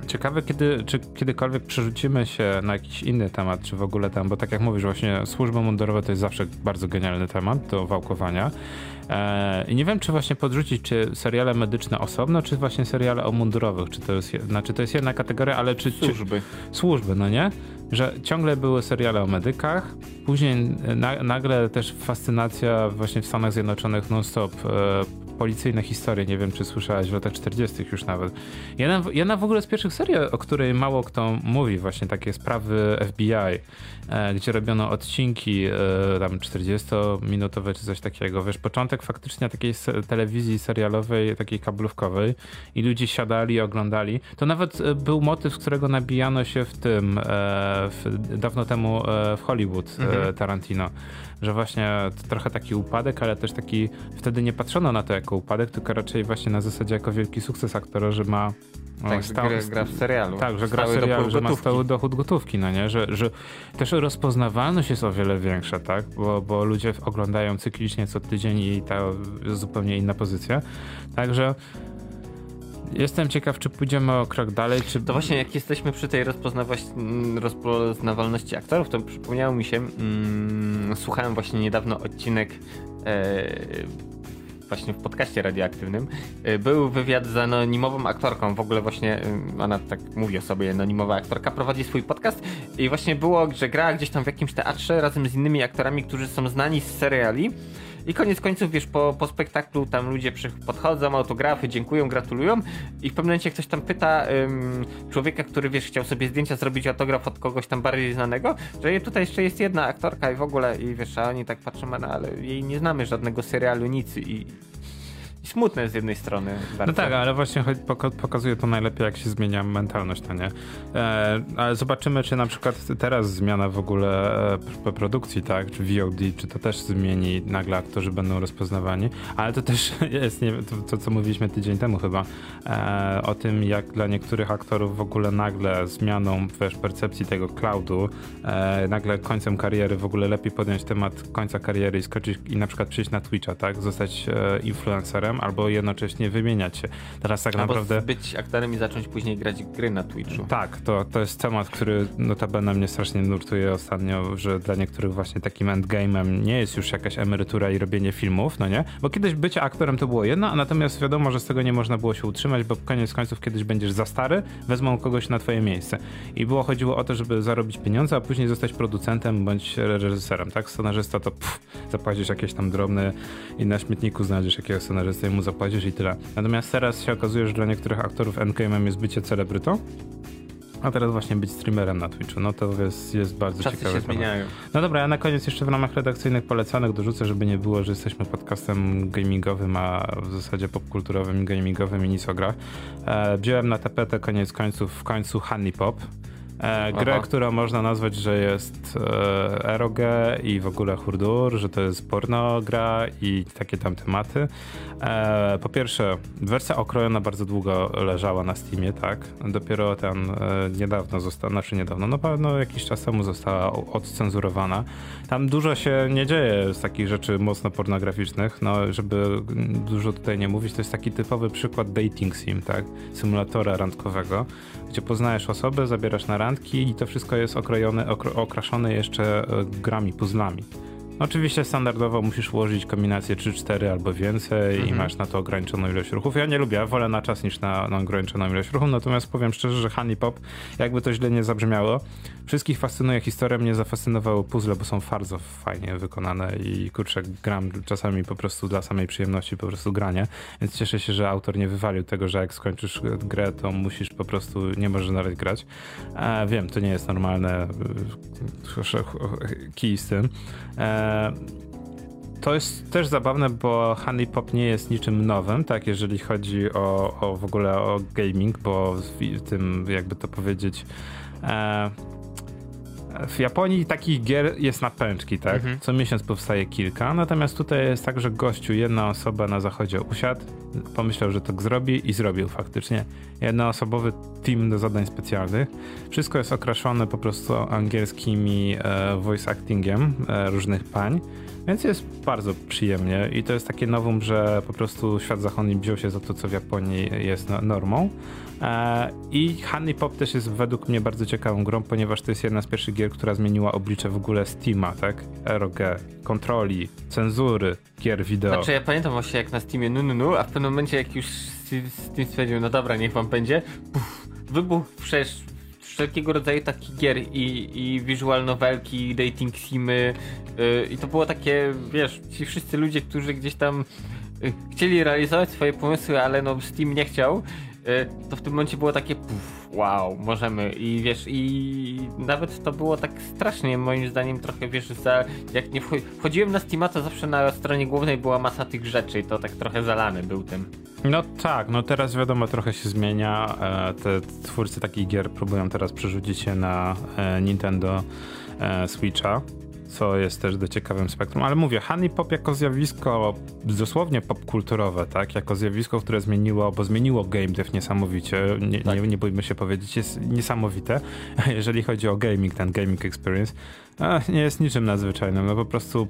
Ciekawe, kiedy, czy kiedykolwiek przerzucimy się na jakiś inny temat, czy w ogóle tam, bo tak jak mówisz, właśnie służby mundurowe to jest zawsze bardzo genialny temat do wałkowania. E, I nie wiem, czy właśnie podrzucić, czy seriale medyczne osobno, czy właśnie seriale o mundurowych, czy to jest, znaczy to jest jedna kategoria, ale czy... Służby. Czy, służby, no nie? Że ciągle były seriale o medykach, później na, nagle też fascynacja właśnie w Stanach Zjednoczonych non-stop, e, policyjne historie, nie wiem, czy słyszałaś, w latach czterdziestych już nawet. Jedna, jedna w ogóle z pierwszych serii, o której mało kto mówi, właśnie takie sprawy F B I, e, gdzie robiono odcinki e, tam czterdziestominutowe czy coś takiego. Wiesz, początek faktycznie takiej se- telewizji serialowej, takiej kablówkowej i ludzie siadali, oglądali. To nawet e, był motyw, z którego nabijano się w tym e, w, dawno temu e, w Hollywood mhm. e, Tarantino. Że właśnie trochę taki upadek, ale też taki, wtedy nie patrzono na to jako upadek, tylko raczej właśnie na zasadzie jako wielki sukces aktora, że ma tak, stał, gra, gra w serialu. Tak, że gra w serialu, że ma stały dochód gotówki, no nie? Że, że też rozpoznawalność jest o wiele większa, tak? Bo, bo ludzie oglądają cyklicznie co tydzień i ta jest zupełnie inna pozycja. Także jestem ciekaw, czy pójdziemy o krok dalej, czy... To właśnie jak jesteśmy przy tej rozpoznawalności aktorów, to przypomniało mi się, mm, słuchałem właśnie niedawno odcinek e, właśnie w podcaście radioaktywnym. E, był wywiad z anonimową aktorką, w ogóle właśnie e, ona tak mówi o sobie, anonimowa aktorka, prowadzi swój podcast i właśnie było, że grała gdzieś tam w jakimś teatrze razem z innymi aktorami, którzy są znani z seriali. I koniec końców, wiesz, po, po spektaklu tam ludzie podchodzą, autografy, dziękują, gratulują i w pewnym momencie ktoś tam pyta ym, człowieka, który, wiesz, chciał sobie zdjęcia zrobić, autograf od kogoś tam bardziej znanego, że tutaj jeszcze jest jedna aktorka i w ogóle, i wiesz, a oni tak patrzą, no ale jej nie znamy, żadnego serialu, nic i... I smutne z jednej strony bardzo. No tak, ale właśnie pokazuje to najlepiej, jak się zmienia mentalność, no nie? E, ale zobaczymy, czy na przykład teraz zmiana w ogóle e, produkcji, tak? Czy V O D, czy to też zmieni, nagle aktorzy będą rozpoznawani. Ale to też jest, nie wiem, to, to co mówiliśmy tydzień temu chyba, e, o tym, jak dla niektórych aktorów w ogóle nagle zmianą, wiesz, percepcji tego cloudu, e, nagle końcem kariery w ogóle lepiej podjąć temat końca kariery i skoczyć i na przykład przyjść na Twitcha, tak? Zostać e, influencerem, albo jednocześnie wymieniać się. Teraz tak albo naprawdę... być aktorem i zacząć później grać gry na Twitchu. Tak, to, to jest temat, który notabene mnie strasznie nurtuje ostatnio, że dla niektórych właśnie takim endgame'em nie jest już jakaś emerytura i robienie filmów, no nie? Bo kiedyś bycie aktorem to było jedno, a natomiast wiadomo, że z tego nie można było się utrzymać, bo koniec końców kiedyś będziesz za stary, wezmą kogoś na twoje miejsce. I było chodziło o to, żeby zarobić pieniądze, a później zostać producentem bądź reżyserem, tak? Scenarzysta to pff, zapłacisz jakieś tam drobne i na śmietniku znajdziesz jakiegoś scenarzystę i mu zapłacisz i tyle. Natomiast teraz się okazuje, że dla niektórych aktorów endgame'em jest bycie celebrytą, a teraz właśnie być streamerem na Twitchu. No to jest, jest bardzo Czasy ciekawe. Czasy się zmieniają. No dobra, ja na koniec jeszcze w ramach redakcyjnych polecanych dorzucę, żeby nie było, że jesteśmy podcastem gamingowym, a w zasadzie popkulturowym i gamingowym i nic o grach. E, wziąłem na tapetę koniec końców w końcu Honey Pop. E, grę, Aha. którą można nazwać, że jest e, eroge i w ogóle hurdur, że to jest porno gra i takie tam tematy. E, po pierwsze, wersja okrojona bardzo długo leżała na Steamie, tak? Dopiero ten e, niedawno została, znaczy niedawno, no pewno jakiś czas temu została odcenzurowana. Tam dużo się nie dzieje z takich rzeczy mocno pornograficznych, no żeby dużo tutaj nie mówić, to jest taki typowy przykład dating sim, tak? Symulatora randkowego, gdzie poznajesz osobę, zabierasz na randki i to wszystko jest okrojone, okro, okraszone jeszcze grami, puzzlami. Oczywiście standardowo musisz ułożyć kombinację trzy cztery albo więcej mhm. i masz na to ograniczoną ilość ruchów. Ja nie lubię, ja wolę na czas niż na, na ograniczoną ilość ruchów, natomiast powiem szczerze, że Honey Pop, jakby to źle nie zabrzmiało, wszystkich fascynuje historia, mnie zafascynowały puzzle, bo są bardzo fajnie wykonane i kurczę, gram czasami po prostu dla samej przyjemności, po prostu granie, więc cieszę się, że autor nie wywalił tego, że jak skończysz grę, to musisz po prostu, nie możesz nawet grać. E, wiem, to nie jest normalne, kij z tym. E, To jest też zabawne, bo Honey Pop nie jest niczym nowym, tak, jeżeli chodzi o, o w ogóle o gaming, bo w tym, jakby to powiedzieć, e, w Japonii takich gier jest na pęczki, tak? Mhm. Co miesiąc powstaje kilka, natomiast tutaj jest tak, że gościu, jedna osoba na zachodzie usiadł, pomyślał, że tak zrobi i zrobił faktycznie. Jednoosobowy team do zadań specjalnych. Wszystko jest okraszone po prostu angielskimi e, voice actingiem e, różnych pań, więc jest bardzo przyjemnie i to jest takie nowum, że po prostu świat zachodni wziął się za to, co w Japonii jest no, normą. E, I Honey Pop też jest według mnie bardzo ciekawą grą, ponieważ to jest jedna z pierwszych gier, która zmieniła oblicze w ogóle Steama, tak? R O G, kontroli, cenzury gier wideo. Znaczy ja pamiętam właśnie jak na Steamie nu nu nu, a w pewnym momencie jak już Steam stwierdził, no dobra, niech wam będzie, puf, wybuch przecież wszelkiego rodzaju takich gier i, i visual novelki, dating simy yy, i to było takie, wiesz, ci wszyscy ludzie, którzy gdzieś tam yy, chcieli realizować swoje pomysły, ale no Steam nie chciał, yy, to w tym momencie było takie puf, wow, możemy i wiesz, i nawet to było tak strasznie moim zdaniem trochę, wiesz, za, jak nie wchodziłem na Steama, to zawsze na stronie głównej była masa tych rzeczy i to tak trochę zalany był tym. No tak, no teraz wiadomo, trochę się zmienia. Te twórcy takich gier próbują teraz przerzucić się na Nintendo Switcha, co jest też do ciekawym spektrum, ale mówię, Honey Pop jako zjawisko dosłownie popkulturowe, tak, jako zjawisko, które zmieniło, bo zmieniło game dev niesamowicie, nie, tak. nie, nie bójmy się powiedzieć, jest niesamowite, jeżeli chodzi o gaming, ten gaming experience, nie jest niczym nadzwyczajnym, no po prostu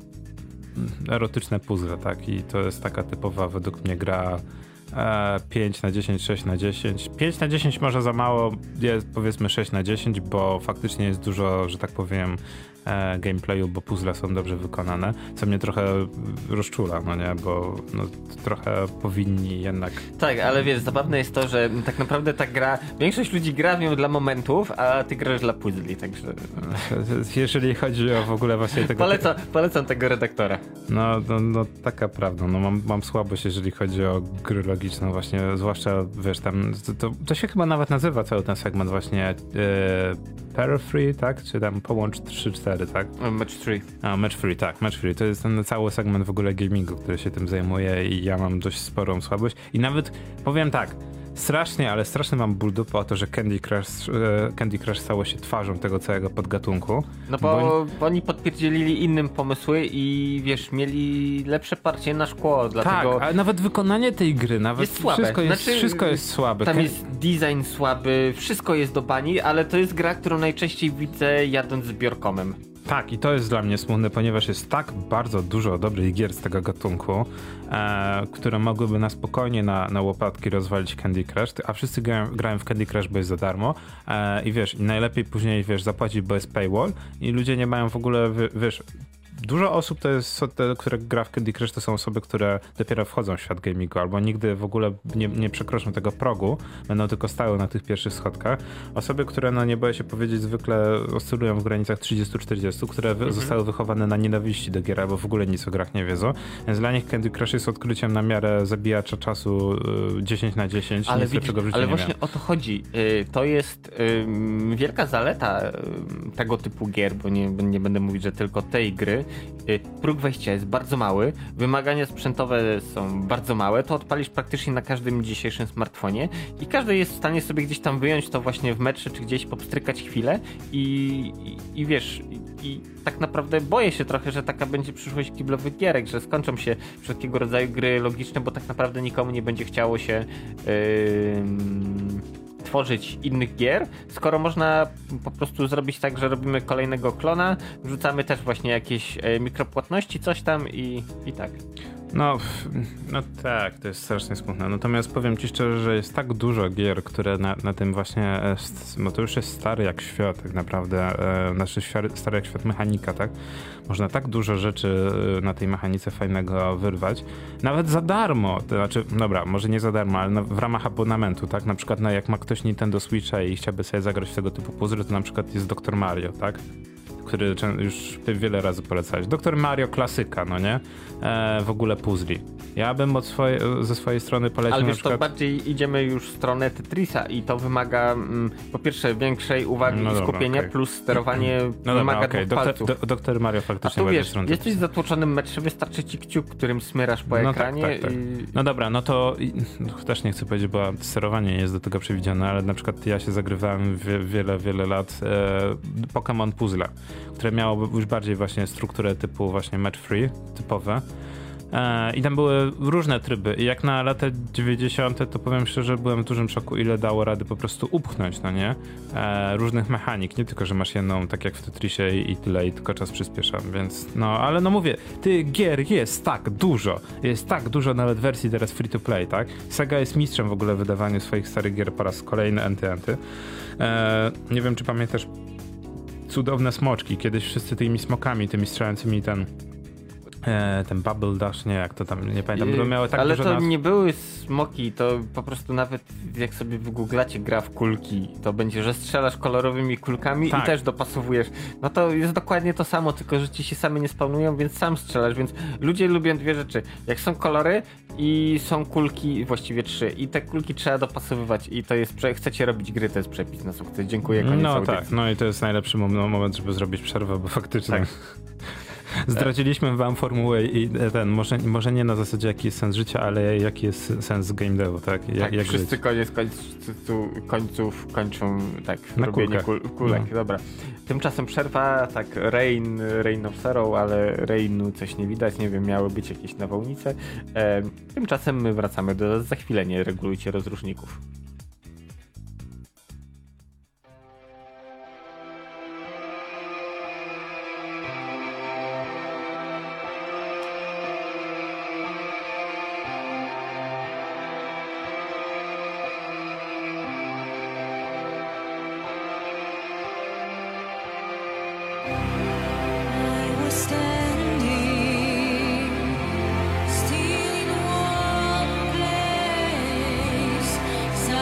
erotyczne puzzle, tak, i to jest taka typowa według mnie gra pięć na dziesięć, sześć na dziesięć. pięć na dziesięć może za mało, jest powiedzmy sześć na dziesięć, bo faktycznie jest dużo, że tak powiem, e, gameplayu, bo puzzle są dobrze wykonane, co mnie trochę rozczula, no nie, bo no, trochę powinni jednak... Tak, ale wiesz, zabawne jest to, że tak naprawdę ta gra, większość ludzi gra w nią dla momentów, a ty grasz dla puzzli, także... Jeżeli chodzi o w ogóle właśnie tego... Polecam, polecam tego redaktora. No, no, no taka prawda, no mam, mam słabość, jeżeli chodzi o gry logiczne właśnie, zwłaszcza, wiesz, tam, to, to się chyba nawet nazywa cały ten segment właśnie e, Pair Free, tak? Czy tam połącz trzy cztery, tak? Match trzy. A, Match Free, tak, Match Free. To jest ten cały segment w ogóle gamingu, który się tym zajmuje i ja mam dość sporą słabość. I nawet powiem tak, strasznie, ale straszny mam ból dupy o to, że Candy Crush, e, Candy Crush stało się twarzą tego całego podgatunku. No bo, bo... bo oni podpierdzielili innym pomysły i wiesz, mieli lepsze parcie na szkło, dlatego... Tak, ale nawet wykonanie tej gry, nawet jest słabe. Wszystko, jest, znaczy, wszystko jest słabe. Tam Can... jest design słaby, wszystko jest do bani, ale to jest gra, którą najczęściej widzę jadąc zbiorkomem. Tak, i to jest dla mnie smutne, ponieważ jest tak bardzo dużo dobrych gier z tego gatunku, e, które mogłyby na spokojnie na, na łopatki rozwalić Candy Crush, a wszyscy grają, grają w Candy Crush, bo jest za darmo e, i wiesz, najlepiej później, wiesz, zapłacić, bo jest paywall i ludzie nie mają w ogóle, wiesz... Dużo osób, to jest, te, które gra w Candy Crush, to są osoby, które dopiero wchodzą w świat gamingu, albo nigdy w ogóle nie, nie przekroczą tego progu, będą tylko stały na tych pierwszych schodkach. Osoby, które, no nie boję się powiedzieć, zwykle oscylują w granicach trzydzieści czterdzieści, które mhm. zostały wychowane na nienawiści do gier, albo w ogóle nic o grach nie wiedzą. Więc dla nich Candy Crush jest odkryciem na miarę zabijacza czasu y, dziesięć na dziesięć, ale nic lepszego w życiu Ale nie właśnie wiem. o to chodzi. Y, to jest y, wielka zaleta y, tego typu gier, bo nie, nie będę mówić, że tylko tej gry. Próg wejścia jest bardzo mały, wymagania sprzętowe są bardzo małe, to odpalisz praktycznie na każdym dzisiejszym smartfonie i każdy jest w stanie sobie gdzieś tam wyjąć to właśnie w metrze czy gdzieś popstrykać chwilę i, i, i wiesz, i, i tak naprawdę boję się trochę, że taka będzie przyszłość kiblowych gierek, że skończą się wszelkiego rodzaju gry logiczne, bo tak naprawdę nikomu nie będzie chciało się yy, tworzyć innych gier, skoro można po prostu zrobić tak, że robimy kolejnego klona, wrzucamy też właśnie jakieś e, mikropłatności, coś tam i, i tak. No, no tak, to jest strasznie smutne. Natomiast powiem ci szczerze, że jest tak dużo gier, które na, na tym właśnie, no to już jest stary jak świat tak naprawdę, e, znaczy stary jak świat mechanika, tak? Można tak dużo rzeczy na tej mechanice fajnego wyrwać. Nawet za darmo, to znaczy, dobra, może nie za darmo, ale na, w ramach abonamentu, tak? Na przykład no, jak ma ktoś Nintendo Switcha i chciałby sobie zagrać w tego typu puzzle, to na przykład jest doktor Mario, tak? który już wiele razy polecałeś. Doktor Mario klasyka, no nie? E, w ogóle puzli. Ja bym od swoje, ze swojej strony polecił Ale na wiesz, przykład... to bardziej idziemy już w stronę Tetrisa i to wymaga mm, po pierwsze większej uwagi no i dobra, skupienia, okay. plus sterowanie no wymaga dobra, okay. dwóch palców. Doktor, do, doktor Mario A faktycznie tu wiesz, stronę jesteś w zatłoczonym metrze, wystarczy ci kciuk, którym smyrasz po no ekranie. tak, tak, tak. I... No dobra, no to no, też nie chcę powiedzieć, bo sterowanie nie jest do tego przewidziane, ale na przykład ja się zagrywałem wie, wiele, wiele lat e, Pokémon Puzzle, które miało już bardziej właśnie strukturę typu właśnie match free, typowe. E, I tam były różne tryby i jak na lata dziewięćdziesiąte to powiem szczerze, byłem w dużym szoku, ile dało rady po prostu upchnąć, no nie? E, różnych mechanik, nie tylko, że masz jedną, tak jak w Tetrisie i, i tyle, i tylko czas przyspiesza, więc no, ale no mówię, ty gier jest tak dużo, jest tak dużo nawet wersji teraz free to play, tak? Sega jest mistrzem w ogóle w wydawaniu swoich starych gier po raz kolejny anty-anty. E, nie wiem, czy pamiętasz cudowne smoczki, kiedyś wszyscy tymi smokami, tymi strzelającymi ten E, ten Bubble Dash, nie jak to tam, nie pamiętam, bo miały tak ale dużo to nazw. nie były smoki, to po prostu nawet jak sobie wygooglacie gra w kulki, to będzie, że strzelasz kolorowymi kulkami tak. i też dopasowujesz. No to jest dokładnie to samo, tylko że ci się same nie spawnują, więc sam strzelasz, więc ludzie lubią dwie rzeczy. Jak są kolory i są kulki, właściwie trzy, i te kulki trzeba dopasowywać i to jest, chcecie robić gry, to jest przepis na sukces. Dziękuję, koniec No audycji. tak, no i to jest najlepszy moment, żeby zrobić przerwę, bo faktycznie tak. zdradziliśmy wam formułę i ten, może, może nie na zasadzie jaki jest sens życia, ale jaki jest sens game devu, tak? Jak, tak, jak wszyscy żyć. koniec końców, końców kończą tak, na robienie kul, kulek, no. Dobra. Tymczasem przerwa, tak, Rain, Rain of Sorrow, ale Rainu coś nie widać, nie wiem, miały być jakieś nawałnice. E, tymczasem my wracamy do za chwilę, nie regulujcie rozruszników. Standing, still in one place.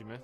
Przechodzimy.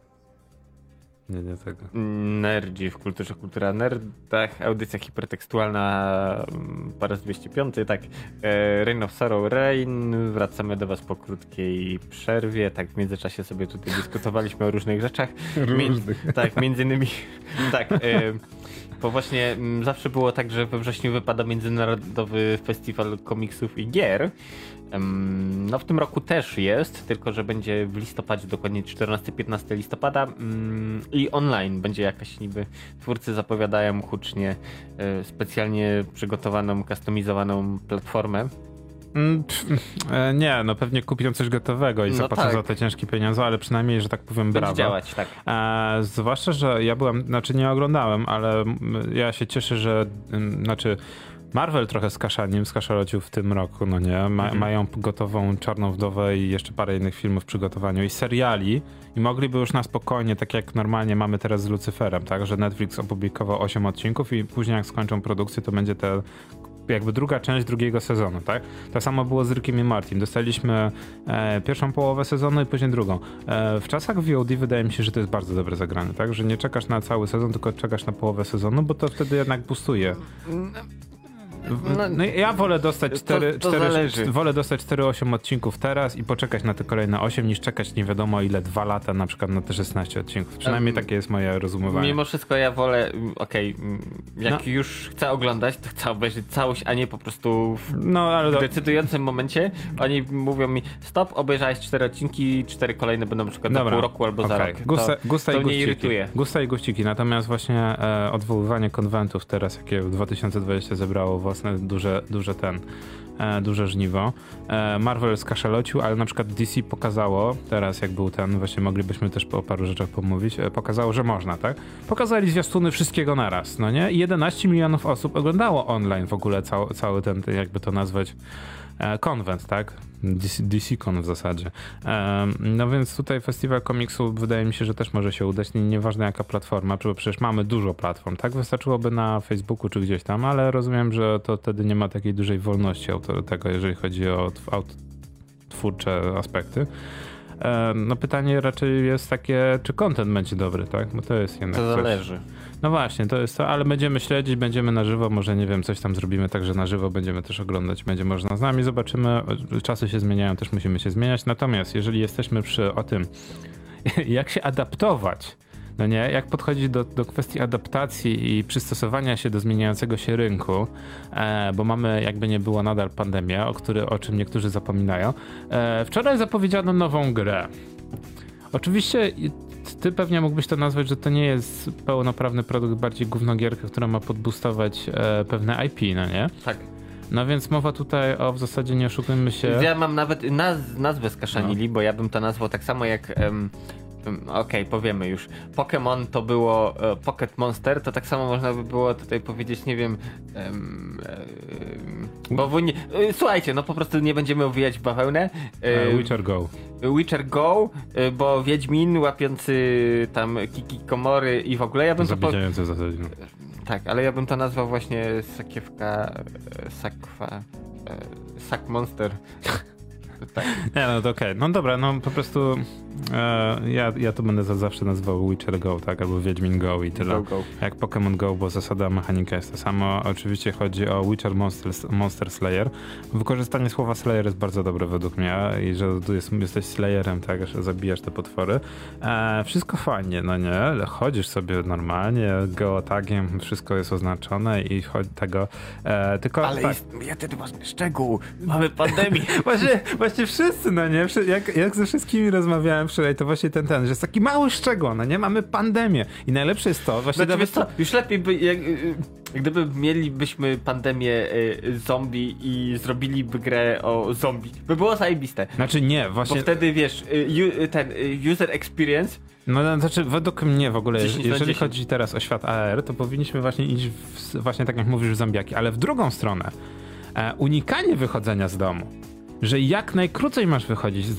Nie, nie tego. Nerdzi w kulturze, kultura nerdach, audycja hipertekstualna po raz dwieście pięć, tak. E, Reign of Sorrow Rain, wracamy do was po krótkiej przerwie, tak w międzyczasie sobie tutaj dyskutowaliśmy o różnych rzeczach. Różnych. Mi, tak, między innymi, tak, e, bo właśnie m, zawsze było tak, że we wrześniu wypada Międzynarodowy Festiwal Komiksów i Gier. Um, no w tym roku też jest, tylko że będzie w listopadzie, dokładnie czternastego piętnastego listopada um, i online będzie jakaś niby, twórcy zapowiadają hucznie e, specjalnie przygotowaną, kustomizowaną platformę. Mm, pff, e, nie, no pewnie kupią coś gotowego i No zapłacą tak. za te ciężkie pieniądze, ale przynajmniej, że tak powiem, Będzie brawo. działać, tak. E, zwłaszcza, że ja byłem, znaczy nie oglądałem, ale m, ja się cieszę, że m, znaczy Marvel trochę z kaszaniem, z kaszalocił w tym roku, no nie? Ma, Mhm. Mają gotową Czarną Wdowę i jeszcze parę innych filmów w przygotowaniu i seriali i mogliby już na spokojnie, tak jak normalnie mamy teraz z Lucyferem, tak? Że Netflix opublikował osiem odcinków i później jak skończą produkcję, to będzie te jakby druga część drugiego sezonu, tak? To samo było z Rickiem i Mortim. Dostaliśmy e, pierwszą połowę sezonu i później drugą. E, w czasach V O D wydaje mi się, że to jest bardzo dobre zagranie, tak? Że nie czekasz na cały sezon, tylko czekasz na połowę sezonu, bo to wtedy jednak boostuje. No, No ja wolę dostać cztery, to, to cztery, zależy. wolę dostać cztery osiem odcinków teraz i poczekać na te kolejne osiem, niż czekać nie wiadomo ile, dwa lata na przykład na te szesnaście odcinków. Przynajmniej Um, takie jest moje rozumowanie. Mimo wszystko ja wolę, okej, okay, jak No. już chcę oglądać, to chcę obejrzeć całość, a nie po prostu w No ale w do... decydującym momencie oni mówią mi, stop, obejrzałeś cztery odcinki, cztery kolejne będą na przykład za Dobra, pół roku albo za okej. rok. Gusta, to, gusta to i mnie guściki. irytuje. Gusta i guściki, natomiast właśnie e, odwoływanie konwentów teraz, jakie w dwa tysiące dwudziestym zebrało własne duże, duże ten, e, duże żniwo. E, Marvel skaszalocił, ale na przykład D C pokazało, teraz jak był ten, właśnie moglibyśmy też o paru rzeczach pomówić, e, pokazało, że można, tak? Pokazali zwiastuny wszystkiego naraz, no nie? I jedenaście milionów osób oglądało online w ogóle cały, cały ten, jakby to nazwać, konwent, tak? D C Con w zasadzie. No więc tutaj festiwal komiksu wydaje mi się, że też może się udać, nieważne jaka platforma, bo przecież mamy dużo platform, tak? Wystarczyłoby na Facebooku czy gdzieś tam, ale rozumiem, że to wtedy nie ma takiej dużej wolności tego, jeżeli chodzi o twórcze aspekty. No pytanie raczej jest takie, czy content będzie dobry, tak? Bo to jest jednak To coś... zależy. No właśnie, to jest to, ale będziemy śledzić, będziemy na żywo, może nie wiem, coś tam zrobimy tak, że na żywo będziemy też oglądać, będzie można z nami, zobaczymy, czasy się zmieniają, też musimy się zmieniać, natomiast jeżeli jesteśmy przy o tym, jak się adaptować, no nie, jak podchodzić do, do kwestii adaptacji i przystosowania się do zmieniającego się rynku, e, bo mamy jakby nie było nadal pandemię, o, który, o czym niektórzy zapominają. E, wczoraj zapowiedziano nową grę. Oczywiście ty pewnie mógłbyś to nazwać, że to nie jest pełnoprawny produkt, bardziej gównogierka, która ma podboostować e, pewne I P, no nie? Tak. No więc mowa tutaj o, w zasadzie nie oszukujmy się... Ja mam nawet naz nazwę skaszanili, no. Bo ja bym to nazwał tak samo jak... Um, Okej, okay, powiemy już. Pokémon to było e, Pocket Monster, to tak samo można by było tutaj powiedzieć, nie wiem... Um, um, bo nie, e, słuchajcie, no po prostu nie będziemy owijać w bawełnę. E, Witcher Go. Witcher Go, e, bo Wiedźmin łapiący tam Kiki Komory i w ogóle ja bym to... Zabijający w zasadzie, no. Tak, ale ja bym to nazwał właśnie sakiewka... E, sakwa... E, sak Monster. Tak. Nie, no to okej. Okay. No dobra, no po prostu e, ja, ja to będę za zawsze nazywał Witcher Go, tak? Albo Wiedźmin Go i tyle. Go, go. Jak Pokémon Go, bo zasada mechanika jest ta sama. Oczywiście chodzi o Witcher Monster, Monster Slayer. Wykorzystanie słowa Slayer jest bardzo dobre według mnie i że tu jest, jesteś Slayerem, tak? Że zabijasz te potwory. E, wszystko fajnie, no nie? Chodzisz sobie normalnie, geotagiem, wszystko jest oznaczone i chodzi tego. E, tylko Ale tak. jest jeden ważny szczegół. Mamy pandemię. Właśnie, właśnie wszyscy, no nie? Jak, jak ze wszystkimi rozmawiałem wczoraj, to właśnie ten, ten, że jest taki mały szczegół, no nie? Mamy pandemię. I najlepsze jest to, właśnie... Znaczy, nawet co, już lepiej by, jak, gdyby mielibyśmy pandemię y, zombie i zrobiliby grę o zombie. By było zajebiste. Znaczy nie, właśnie... Bo wtedy, wiesz, y, ten y, user experience... No, no znaczy według mnie w ogóle, jeżeli dziesięć chodzi teraz o świat A R, to powinniśmy właśnie iść w, właśnie tak jak mówisz w zombiaki, ale w drugą stronę. E, unikanie wychodzenia z domu. Że jak najkrócej masz wychodzić z domu.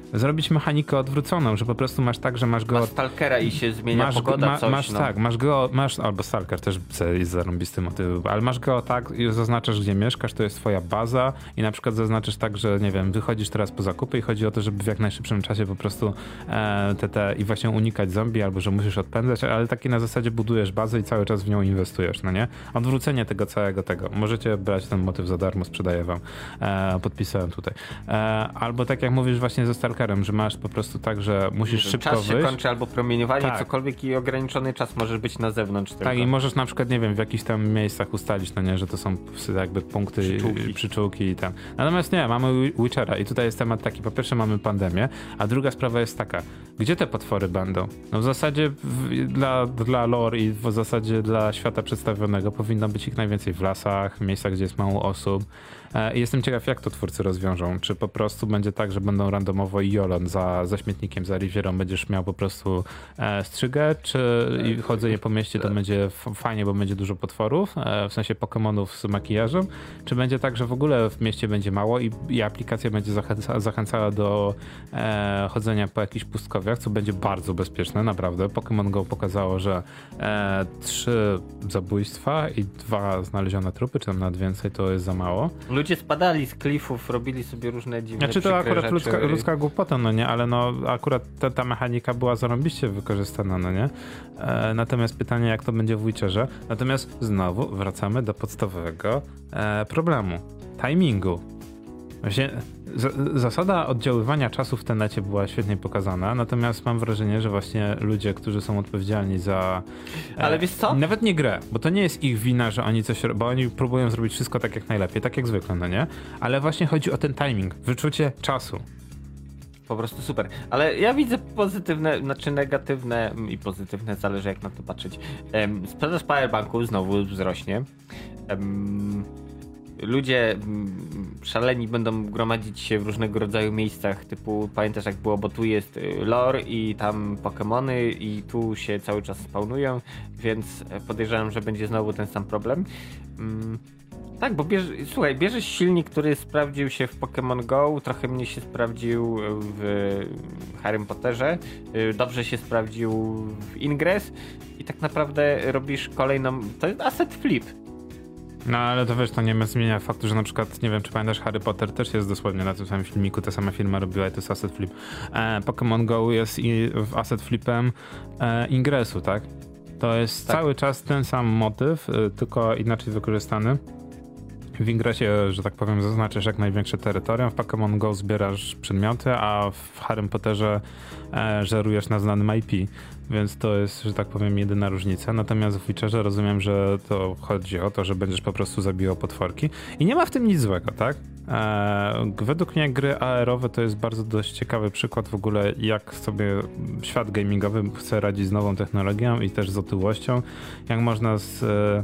zrobić mechanikę odwróconą, że po prostu masz tak, że masz go... Masz Stalkera i się zmienia masz, pogoda, ma, coś, masz no. tak, masz go, masz, albo Stalker też jest zarąbisty motyw, ale masz go tak i zaznaczasz, gdzie mieszkasz, to jest twoja baza i na przykład zaznaczysz tak, że nie wiem, wychodzisz teraz po zakupy i chodzi o to, żeby w jak najszybszym czasie po prostu e, te, te i właśnie unikać zombie, albo że musisz odpędzać, ale takie na zasadzie budujesz bazę i cały czas w nią inwestujesz, no nie? Odwrócenie tego całego tego. Możecie brać ten motyw za darmo, sprzedaję wam. E, podpisałem tutaj. E, albo tak jak mówisz właśnie ze Stalkerem, że masz po prostu tak, że musisz że szybko czas się wyjść. kończy albo promieniowanie, tak. cokolwiek i ograniczony czas możesz być na zewnątrz. Tak, tylko. i możesz na przykład, nie wiem, w jakichś tam miejscach ustalić, no nie, że to są jakby punkty, przyczółki, przyczółki i tam. Natomiast nie, mamy Witchera i tutaj jest temat taki, po pierwsze mamy pandemię, a druga sprawa jest taka, gdzie te potwory będą? No w zasadzie w, dla, dla lore i w zasadzie dla świata przedstawionego powinno być ich najwięcej w lasach, w miejscach, gdzie jest mało osób. I jestem ciekaw, jak to twórcy rozwiążą. Czy po prostu będzie tak, że będą randomowo i Jolon za, za śmietnikiem, za Rivierą będziesz miał po prostu e, strzygę, czy i chodzenie po mieście to będzie f- fajnie, bo będzie dużo potworów, e, w sensie Pokemonów z makijażem, czy będzie tak, że w ogóle w mieście będzie mało i, i aplikacja będzie zachęca, zachęcała do e, chodzenia po jakichś pustkowiach, co będzie bardzo bezpieczne, naprawdę. Pokémon Go pokazało, że e, trzy zabójstwa i dwa znalezione trupy, czy tam nawet więcej, to jest za mało. Ludzie spadali z klifów, robili sobie różne dziwne Znaczy to akurat rzeczy. ludzka, ludzka głupota, no nie, ale no akurat ta, ta mechanika była zarąbiście wykorzystana, no nie. E, natomiast pytanie, jak to będzie w Witcherze. Natomiast znowu wracamy do podstawowego e, problemu. Timingu. Właśnie z, zasada oddziaływania czasu w tenecie była świetnie pokazana, natomiast mam wrażenie, że właśnie ludzie, którzy są odpowiedzialni za... E, Ale wiesz co? Nawet nie grę, bo to nie jest ich wina, że oni coś... Bo oni próbują zrobić wszystko tak jak najlepiej, tak jak zwykle, no nie? Ale właśnie chodzi o ten timing, wyczucie czasu. Po prostu super. Ale ja widzę pozytywne, znaczy negatywne i pozytywne, zależy jak na to patrzeć. Um, sprzedaż powerbanku znowu wzrośnie. Um, ludzie um, szaleni będą gromadzić się w różnego rodzaju miejscach, typu pamiętasz jak było, bo tu jest lore i tam Pokemony i tu się cały czas spawnują, więc podejrzewam, że będzie znowu ten sam problem. Um, Tak, bo bierz, słuchaj, bierzesz silnik, który sprawdził się w Pokémon Go, trochę mnie się sprawdził w Harrym Potterze, dobrze się sprawdził w Ingress i tak naprawdę robisz kolejną, to jest asset flip. No ale to wiesz, to nie zmienia faktu, że na przykład, nie wiem czy pamiętasz, Harry Potter też jest dosłownie na tym samym filmiku, ta sama firma robiła i to jest asset flip. E, Pokémon Go jest i w asset flipem e, Ingressu, tak? To jest tak. Cały czas ten sam motyw, y, tylko inaczej wykorzystany. W Ingressie, że tak powiem, zaznaczasz jak największe terytorium, w Pokémon Go zbierasz przedmioty, a w Harrym Potterze e, żerujesz na znanym I P, więc to jest, że tak powiem, jedyna różnica. Natomiast w Witcherze rozumiem, że to chodzi o to, że będziesz po prostu zabijał potworki i nie ma w tym nic złego, tak? E, według mnie gry A R-owe to jest bardzo dość ciekawy przykład w ogóle, jak sobie świat gamingowy chce radzić z nową technologią i też z otyłością, jak można z... E,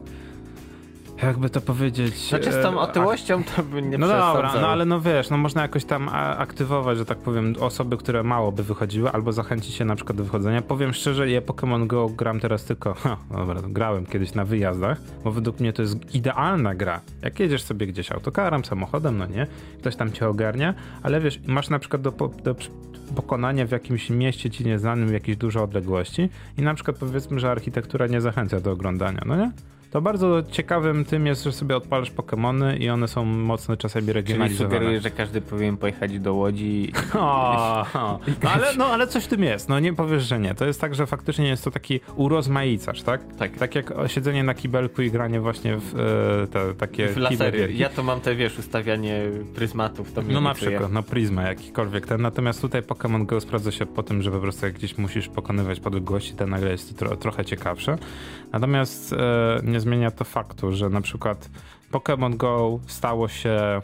jakby to powiedzieć... Znaczy z tą otyłością to by nie No przesadzał. dobra, no ale no wiesz, no można jakoś tam aktywować, że tak powiem, osoby, które mało by wychodziły, albo zachęcić się na przykład do wychodzenia. Powiem szczerze, ja Pokémon Go gram teraz tylko, ha, dobra, grałem kiedyś na wyjazdach, bo według mnie to jest idealna gra. Jak jedziesz sobie gdzieś autokarem, samochodem, no nie, ktoś tam cię ogarnia, ale wiesz, masz na przykład do, do pokonania w jakimś mieście ci nieznanym, w jakiejś dużej odległości i na przykład powiedzmy, że architektura nie zachęca do oglądania, no nie? To bardzo ciekawym tym jest, że sobie odpalasz Pokemony i one są mocno czasami regionalizowane. Czyli sugeruję, że każdy powinien pojechać do Łodzi. O, o. No, ale, no ale coś w tym jest, no nie powiesz, że nie. To jest tak, że faktycznie jest to taki urozmaicasz, tak? Tak. Tak jak siedzenie na kibelku i granie właśnie w e, te takie w lasery. Ja to mam te, wiesz, ustawianie pryzmatów. To no na przykład, no pryzma jakikolwiek ten. Natomiast tutaj Pokémon Go sprawdza się po tym, że po prostu jak gdzieś musisz pokonywać podległości, to nagle jest to tro, trochę ciekawsze. Natomiast e, nie zmienia to faktu, że na przykład Pokémon Go stało się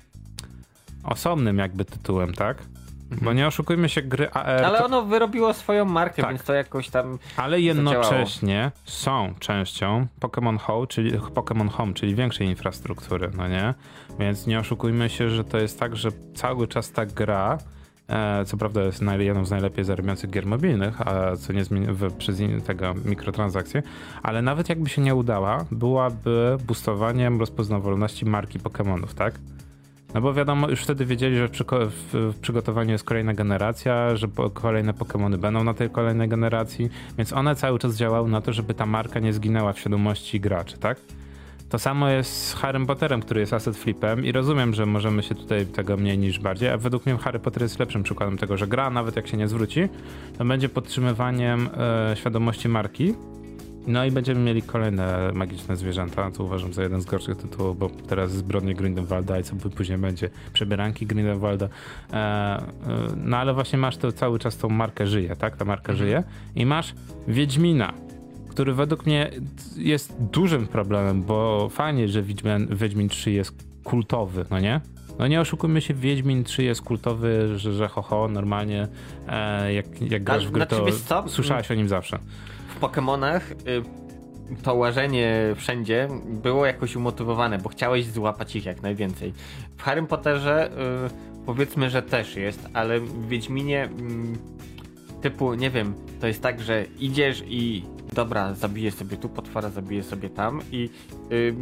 osobnym jakby tytułem, tak? Mhm. Bo nie oszukujmy się, gry A R... Ale ono wyrobiło swoją markę, tak. Więc to jakoś tam ale jednocześnie zadziałało. Są częścią Pokémon Home, czyli Pokémon Home, czyli większej infrastruktury, no nie? Więc nie oszukujmy się, że to jest tak, że cały czas ta gra co prawda jest jedną z najlepiej zarabiających gier mobilnych, a co nie zmieni przez tego mikrotransakcje, ale nawet jakby się nie udała, byłaby boostowaniem rozpoznawalności marki Pokemonów, tak? No bo wiadomo, już wtedy wiedzieli, że w, przyko- w, w przygotowaniu jest kolejna generacja, że po- kolejne Pokemony będą na tej kolejnej generacji, więc one cały czas działały na to, żeby ta marka nie zginęła w świadomości graczy, tak? To samo jest z Harrym Potterem, który jest asset flipem i rozumiem, że możemy się tutaj tego mniej niż bardziej, a według mnie Harry Potter jest lepszym przykładem tego, że gra, nawet jak się nie zwróci, to będzie podtrzymywaniem e, świadomości marki. No i będziemy mieli kolejne magiczne zwierzęta, co uważam za jeden z gorszych tytułów, bo teraz zbrodnie Grindelwalda i co później będzie przebieranki Grindelwalda. E, e, no ale właśnie masz to cały czas tą markę żyje, tak? Ta marka żyje i masz Wiedźmina, który według mnie jest dużym problemem, bo fajnie, że Wiedźmin, Wiedźmin trzy jest kultowy, no nie? No nie oszukujmy się, Wiedźmin trzy jest kultowy, że, że ho, ho normalnie e, jak, jak grasz w grę, to znaczy, słyszałeś o nim zawsze. W Pokemonach y, to łażenie wszędzie było jakoś umotywowane, bo chciałeś złapać ich jak najwięcej. W Harrym Potterze y, powiedzmy, że też jest, ale w Wiedźminie y, typu, nie wiem, to jest tak, że idziesz i dobra, zabiję sobie tu potwora, zabiję sobie tam i y,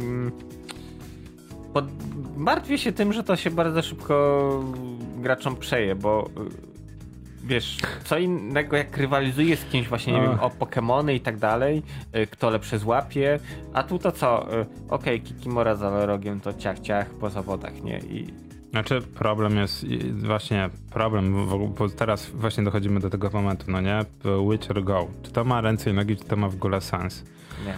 pod, martwię się tym, że to się bardzo szybko graczom przeje, bo wiesz, co innego jak rywalizuje z kimś właśnie, nie wiem, o Pokemony i tak dalej, kto lepsze złapie, a tu to co, okej, okay, Kikimora za rogiem to ciach, ciach po zawodach, nie? I... Znaczy problem jest, właśnie problem, bo teraz właśnie dochodzimy do tego momentu, no nie? Witcher Go. Czy to ma ręce i nogi, czy to ma w ogóle sens? Nie.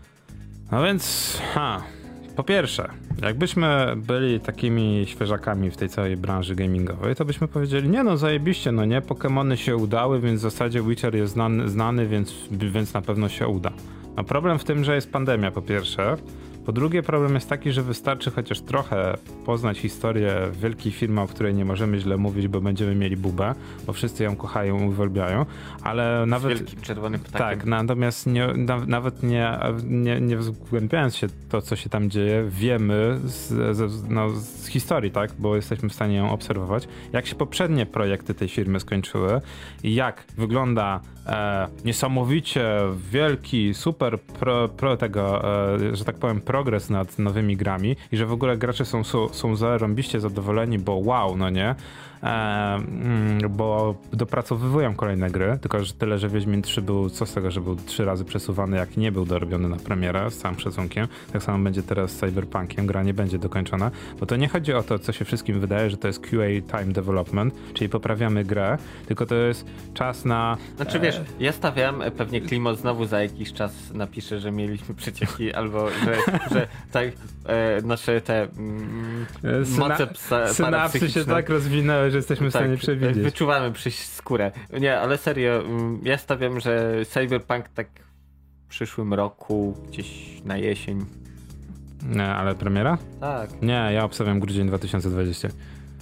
No więc, ha... Po pierwsze, jakbyśmy byli takimi świeżakami w tej całej branży gamingowej, to byśmy powiedzieli, nie no zajebiście, no nie, Pokemony się udały, więc w zasadzie Witcher jest znany, znany więc, więc na pewno się uda. No problem w tym, że jest pandemia po pierwsze. Po drugie problem jest taki, że wystarczy chociaż trochę poznać historię wielkiej firmy, o której nie możemy źle mówić, bo będziemy mieli bubę, bo wszyscy ją kochają, uwielbiają, ale z nawet... wielkim czerwonym ptakiem. Tak, natomiast nie, na, nawet nie, nie, nie wgłębiając się to, co się tam dzieje, wiemy z, z, no, z historii, tak, bo jesteśmy w stanie ją obserwować, jak się poprzednie projekty tej firmy skończyły i jak wygląda e, niesamowicie wielki, super pro, pro tego, e, że tak powiem, progres nad nowymi grami i że w ogóle gracze są, są, są zarąbiście zadowoleni, bo wow, no nie? E, mm, bo dopracowywują kolejne gry, tylko że tyle, że Wiedźmin trzy był, co z tego, że był trzy razy przesuwany, jak nie był dorobiony na premierę, z całym szacunkiem. Tak samo będzie teraz z Cyberpunkiem, gra nie będzie dokończona, bo to nie chodzi o to, co się wszystkim wydaje, że to jest Q A Time Development, czyli poprawiamy grę, tylko to jest czas na... Znaczy e... wiesz, ja stawiam, pewnie Klimo znowu za jakiś czas napisze, że mieliśmy przecieki, albo że, że tak e, nasze te mm, Syna... moce psa, synapsy się tak rozwinęły, że jesteśmy w tak, stanie przewidzieć. Wyczuwamy przez skórę. Nie, ale serio, ja stawiam, że Cyberpunk tak w przyszłym roku, gdzieś na jesień. Nie, ale premiera? Tak. Nie, ja obstawiam grudzień dwa tysiące dwudziesty.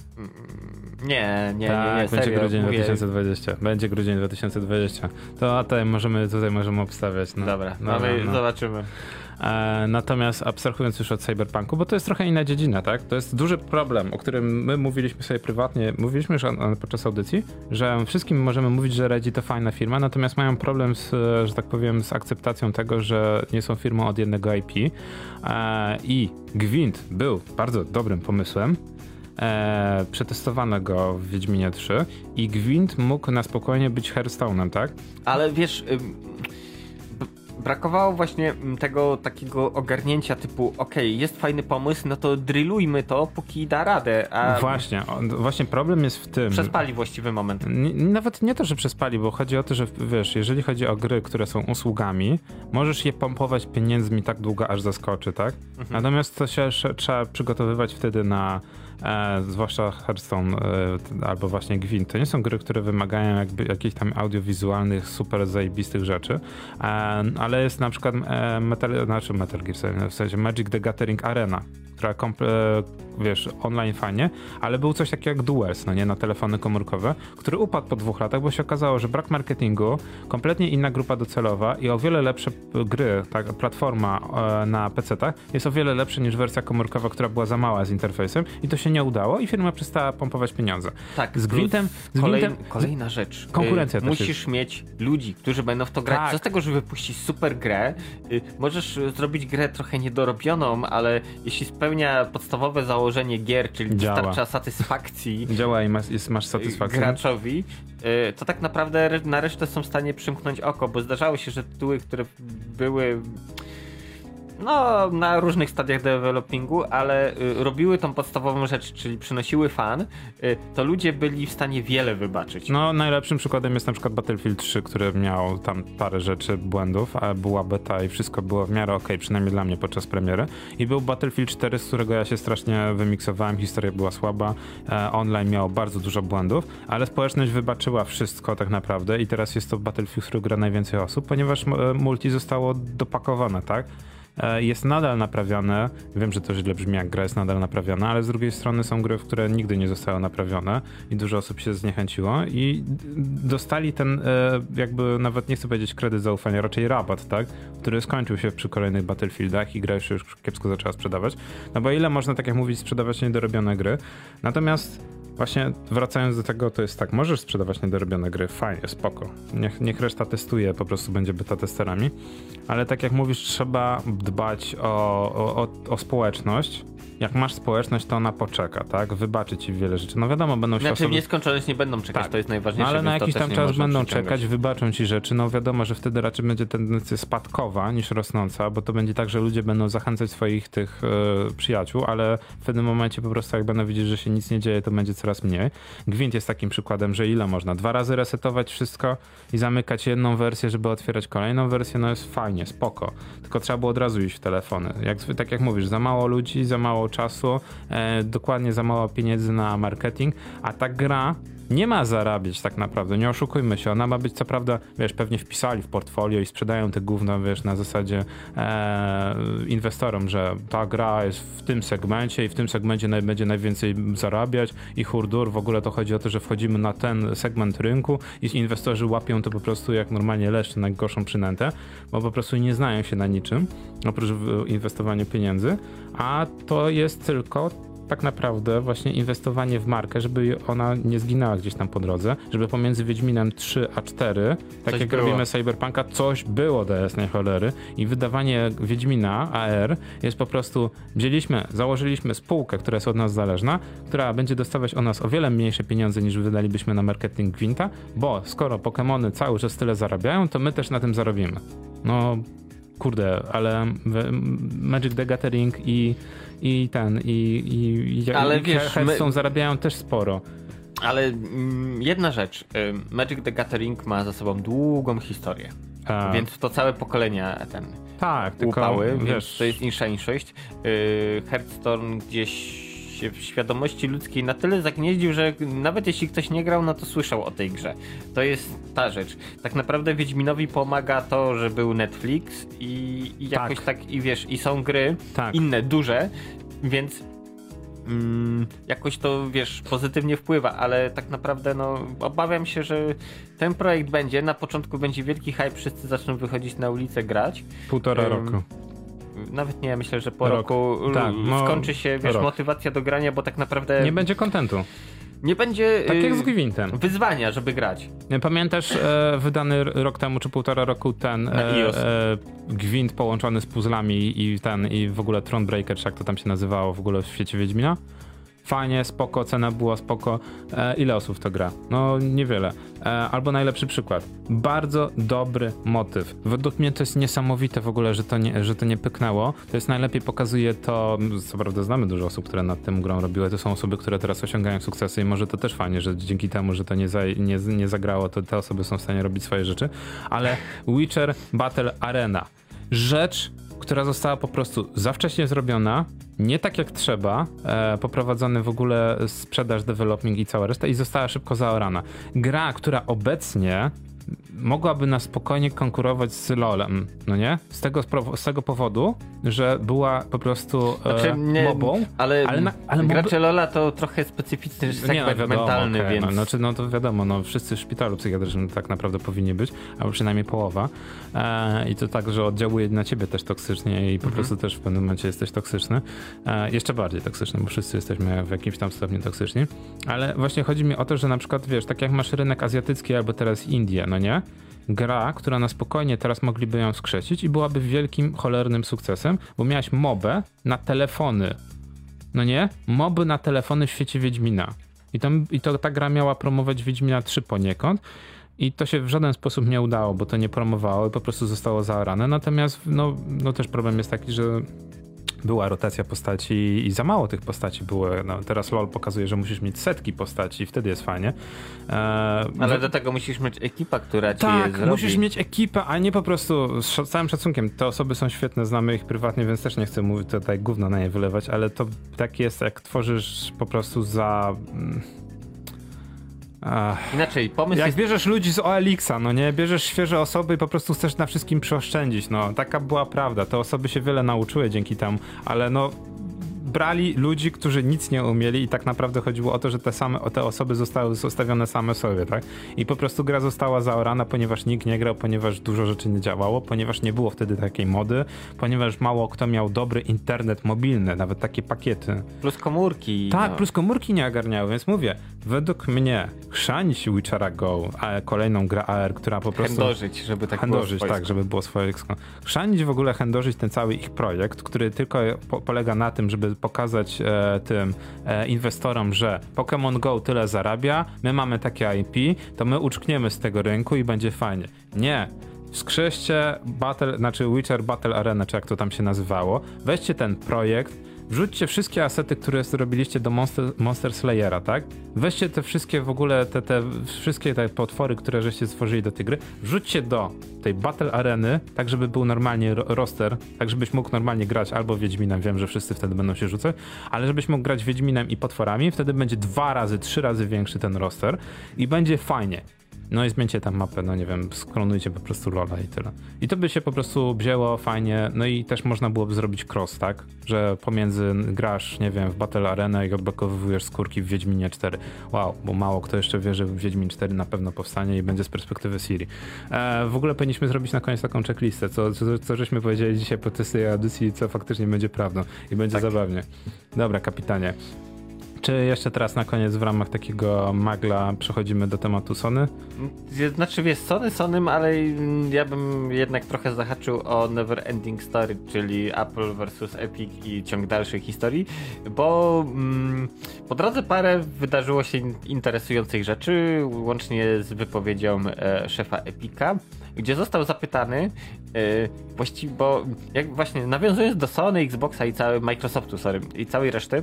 Nie, nie, tak, nie, nie, będzie serio, grudzień mówię... dwa tysiące dwudziesty. Będzie grudzień dwa tysiące dwudziesty. To a tutaj możemy, tutaj możemy obstawiać. No. Dobra, Dobra, mamy, no. zobaczymy. E, natomiast abstrahując już od Cyberpunku, bo to jest trochę inna dziedzina, tak? To jest duży problem, o którym my mówiliśmy sobie prywatnie, mówiliśmy już an, an, podczas audycji, że wszystkim możemy mówić, że Redzi to fajna firma, natomiast mają problem z, że tak powiem, z akceptacją tego, że nie są firmą od jednego I P e, i Gwint był bardzo dobrym pomysłem. E, przetestowano go w Wiedźminie trzy i Gwint mógł na spokojnie być Hearthstone'em, tak? Ale wiesz, brakowało właśnie tego takiego ogarnięcia typu okej, okay, jest fajny pomysł, no to drillujmy to, póki da radę. A właśnie, on, właśnie problem jest w tym... Przespali właściwy moment. N- nawet nie to, że przespali, bo chodzi o to, że wiesz, jeżeli chodzi o gry, które są usługami, możesz je pompować pieniędzmi tak długo, aż zaskoczy, tak? Mhm. Natomiast to się sz- trzeba przygotowywać wtedy na E, zwłaszcza Hearthstone e, albo właśnie Gwint. To nie są gry, które wymagają jakby jakichś tam audiowizualnych, super zajebistych rzeczy, e, ale jest na przykład e, Metal, znaczy Metal Gear, w sensie Magic the Gathering Arena, która komple, wiesz, online fajnie, ale był coś takiego jak Duels, no nie, na telefony komórkowe, który upadł po dwóch latach, bo się okazało, że brak marketingu, kompletnie inna grupa docelowa i o wiele lepsze gry, tak, platforma e, na pecetach jest o wiele lepsza niż wersja komórkowa, która była za mała z interfejsem i to się się nie udało i firma przestała pompować pieniądze. Tak, z Gwintem, z kolej, Gwintem kolejna rzecz. konkurencja y, też Musisz jest. mieć ludzi, którzy będą w to grać. Tak. Co z tego, że wypuścisz super grę? Y, możesz zrobić grę trochę niedorobioną, ale jeśli spełnia podstawowe założenie gier, czyli Działa. dostarcza satysfakcji Działa i masz, jest, masz satysfakcję. graczowi, y, to tak naprawdę na resztę są w stanie przymknąć oko, bo zdarzało się, że tytuły, które były no, na różnych stadiach developingu, ale y, robiły tą podstawową rzecz, czyli przynosiły fan, y, to ludzie byli w stanie wiele wybaczyć. No, najlepszym przykładem jest na przykład Battlefield trzy, który miał tam parę rzeczy, błędów, ale była beta i wszystko było w miarę okej, okay, przynajmniej dla mnie podczas premiery. I był Battlefield cztery, z którego ja się strasznie wymiksowałem, historia była słaba, e, online miało bardzo dużo błędów, ale społeczność wybaczyła wszystko tak naprawdę i teraz jest to Battlefield, w którym gra najwięcej osób, ponieważ e, multi zostało dopakowane, tak? Jest nadal naprawiane. Wiem, że to źle brzmi, jak gra jest nadal naprawiana, ale z drugiej strony są gry, w które nigdy nie zostały naprawione i dużo osób się zniechęciło i dostali ten jakby, nawet nie chcę powiedzieć kredyt zaufania, raczej rabat, tak? Który skończył się przy kolejnych Battlefieldach i gra już, już kiepsko zaczęła sprzedawać. No bo ile można, tak jak mówić, sprzedawać niedorobione gry? Natomiast właśnie wracając do tego, to jest tak, możesz sprzedawać niedorobione gry, fajnie, spoko. Niech, niech reszta testuje, po prostu będzie beta testerami. Ale tak jak mówisz, trzeba dbać o, o, o społeczność. Jak masz społeczność, to ona poczeka, tak? Wybaczy ci wiele rzeczy. No wiadomo, będą się Znaczy osoby... w nieskończoność nie będą czekać, tak. to jest najważniejsze. No ale na jakiś tam czas będą czekać, wybaczą ci rzeczy. No wiadomo, że wtedy raczej będzie tendencja spadkowa niż rosnąca, bo to będzie tak, że ludzie będą zachęcać swoich tych yy, przyjaciół, ale w pewnym momencie po prostu jak będą widzieć, że się nic nie dzieje, to będzie coraz mniej. Gwint jest takim przykładem, że ile można? Dwa razy resetować wszystko i zamykać jedną wersję, żeby otwierać kolejną wersję, no jest fajnie, spoko. Tylko trzeba było od razu iść w telefony. Jak, tak jak mówisz, za mało ludzi, za mało czasu, e, dokładnie za mało pieniędzy na marketing, a ta gra nie ma zarabiać tak naprawdę, nie oszukujmy się, ona ma być co prawda, wiesz, pewnie wpisali w portfolio i sprzedają te gówno, wiesz, na zasadzie e, inwestorom, że ta gra jest w tym segmencie i w tym segmencie naj, będzie najwięcej zarabiać i hurdur, w ogóle to chodzi o to, że wchodzimy na ten segment rynku i inwestorzy łapią to po prostu jak normalnie leszcz na gorszą przynętę, bo po prostu nie znają się na niczym, oprócz inwestowania pieniędzy, a to jest tylko tak naprawdę właśnie inwestowanie w markę, żeby ona nie zginęła gdzieś tam po drodze, żeby pomiędzy Wiedźminem trzy a cztery, tak coś jak było. robimy Cyberpunka, coś było do jasnej cholery i wydawanie Wiedźmina A R jest po prostu, wzięliśmy, założyliśmy spółkę, która jest od nas zależna, która będzie dostawać od nas o wiele mniejsze pieniądze niż wydalibyśmy na marketing Gwinta, bo skoro Pokemony cały czas tyle zarabiają, to my też na tym zarobimy. No kurde, ale Magic the Gathering i i ten, i, i, i, ale i wiesz, Hearthstone my... zarabiają też sporo. Ale mm, jedna rzecz, Magic the Gathering ma za sobą długą historię, a. więc to całe pokolenia ten tak, tylko, upały, wiesz, więc to jest inszańszość. Hearthstone gdzieś się w świadomości ludzkiej na tyle zagnieździł, że nawet jeśli ktoś nie grał, no to słyszał o tej grze. To jest ta rzecz. Tak naprawdę Wiedźminowi pomaga to, że był Netflix i, i jakoś tak. tak, i wiesz, i są gry tak. inne, duże, więc mm, jakoś to, wiesz, pozytywnie wpływa, ale tak naprawdę, no, obawiam się, że ten projekt będzie, na początku będzie wielki hype, wszyscy zaczną wychodzić na ulicę grać. Półtora um, roku. Nawet nie, myślę, że po rok. roku tak, no, skończy się, wiesz, rok. motywacja do grania, bo tak naprawdę... Nie będzie kontentu. Nie będzie... Tak jak z Gwintem. Wyzwania, żeby grać. Pamiętasz e, wydany rok temu, czy półtora roku ten e, e, Gwint połączony z puzzlami i ten, i w ogóle Thronebreaker, czy jak to tam się nazywało w ogóle w świecie Wiedźmina? Fajnie, spoko, cena była spoko. E, ile osób w to gra? No niewiele. E, albo najlepszy przykład. Bardzo dobry motyw. Według mnie to jest niesamowite w ogóle, że to nie, że to nie pyknęło. To jest najlepiej pokazuje to, co prawda znamy dużo osób, które nad tym grą robiły. To są osoby, które teraz osiągają sukcesy i może to też fajnie, że dzięki temu, że to nie, za, nie, nie zagrało, to te osoby są w stanie robić swoje rzeczy. Ale Witcher Battle Arena. Rzecz, która została po prostu za wcześnie zrobiona, nie tak jak trzeba, e, poprowadzony w ogóle sprzedaż, developing i cała reszta i została szybko zaorana. Gra, która obecnie mogłaby na spokojnie konkurować z LoLem, no nie? Z tego, z tego powodu, że była po prostu e, znaczy, nie, mobą. Ale, ale, na, ale gracze moby... LoLa to trochę specyficzny segment nie, no, wiadomo, mentalny, okay, więc... No, znaczy, no to wiadomo, no wszyscy w szpitalu psychiatrycznym tak naprawdę powinni być, albo przynajmniej połowa. E, I to tak, że oddziałuje na ciebie też toksycznie i po mhm. prostu też w pewnym momencie jesteś toksyczny. E, jeszcze bardziej toksyczny, bo wszyscy jesteśmy w jakimś tam stopniu toksyczni. Ale właśnie chodzi mi o to, że na przykład, wiesz, tak jak masz rynek azjatycki albo teraz Indie, no nie? Gra, która na spokojnie teraz mogliby ją skrzesić i byłaby wielkim, cholernym sukcesem, bo miałaś mobę na telefony. No nie? Moby na telefony w świecie Wiedźmina. I to, i to ta gra miała promować Wiedźmina trzy poniekąd. I to się w żaden sposób nie udało, bo to nie promowało i po prostu zostało zaorane. Natomiast no, no też problem jest taki, że była rotacja postaci i za mało tych postaci było. No, teraz LoL pokazuje, że musisz mieć setki postaci i wtedy jest fajnie. E, Ale że... do tego musisz mieć ekipę, która ci tak, je zrobi. musisz mieć ekipę, a nie po prostu z całym szacunkiem. Te osoby są świetne, znamy ich prywatnie, więc też nie chcę mówić tutaj gówno na nie wylewać, ale to tak jest, jak tworzysz po prostu za... Ach. Inaczej, pomysł Jak jest... bierzesz ludzi z O L X-a, no nie? Bierzesz świeże osoby i po prostu chcesz na wszystkim przeoszczędzić, no. Taka była prawda. Te osoby się wiele nauczyły dzięki temu, ale no brali ludzi, którzy nic nie umieli i tak naprawdę chodziło o to, że te same te osoby zostały zostawione same sobie, tak? I po prostu gra została zaorana, ponieważ nikt nie grał, ponieważ dużo rzeczy nie działało, ponieważ nie było wtedy takiej mody, ponieważ mało kto miał dobry internet mobilny, nawet takie pakiety. Plus komórki. Tak, no. plus komórki nie ogarniały, więc mówię, według mnie chrzanić Witchera Go, a kolejną grę A R, która po prostu... Chędożyć, żeby tak Chędożyć, było tak, żeby było swoje... Chrzanić w ogóle, chędożyć ten cały ich projekt, który tylko po, polega na tym, żeby pokazać e, tym e, inwestorom, że Pokémon Go tyle zarabia, my mamy takie I P, to my uczkniemy z tego rynku i będzie fajnie. Nie. Wskrzeście Battle, znaczy Witcher Battle Arena, czy jak to tam się nazywało, weźcie ten projekt, wrzućcie wszystkie asety, które zrobiliście do Monster, Monster Slayera, tak? Weźcie te wszystkie w ogóle, te, te wszystkie te potwory, które żeście stworzyli do tej gry, wrzućcie do tej Battle Areny, tak żeby był normalnie roster, tak żebyś mógł normalnie grać albo Wiedźminem, wiem, że wszyscy wtedy będą się rzucać, ale żebyś mógł grać Wiedźminem i potworami, wtedy będzie dwa razy, trzy razy większy ten roster i będzie fajnie. No i zmieńcie tam mapę, no nie wiem, sklonujcie po prostu LoLa i tyle. I to by się po prostu wzięło fajnie, no i też można byłoby zrobić cross, tak? Że pomiędzy grasz, nie wiem, w Battle Arena i odblokowujesz skórki w Wiedźminie cztery. Wow, bo mało kto jeszcze wie, że Wiedźmin cztery na pewno powstanie i będzie z perspektywy Ciri. E, w ogóle powinniśmy zrobić na koniec taką checklistę, co, co, co żeśmy powiedzieli dzisiaj podczas tej audycji, co faktycznie będzie prawdą i będzie tak zabawnie. Dobra, kapitanie. Czy jeszcze teraz na koniec w ramach takiego magla przechodzimy do tematu Sony? Znaczy wiesz, Sony Sonym, ale ja bym jednak trochę zahaczył o Never Ending Story, czyli Apple versus Epic i ciąg dalszej historii, bo mm, po drodze parę wydarzyło się interesujących rzeczy, łącznie z wypowiedzią e, szefa Epica, gdzie został zapytany e, właściwie, bo jak właśnie nawiązując do Sony, Xboxa i całej Microsoftu, sorry, i całej reszty,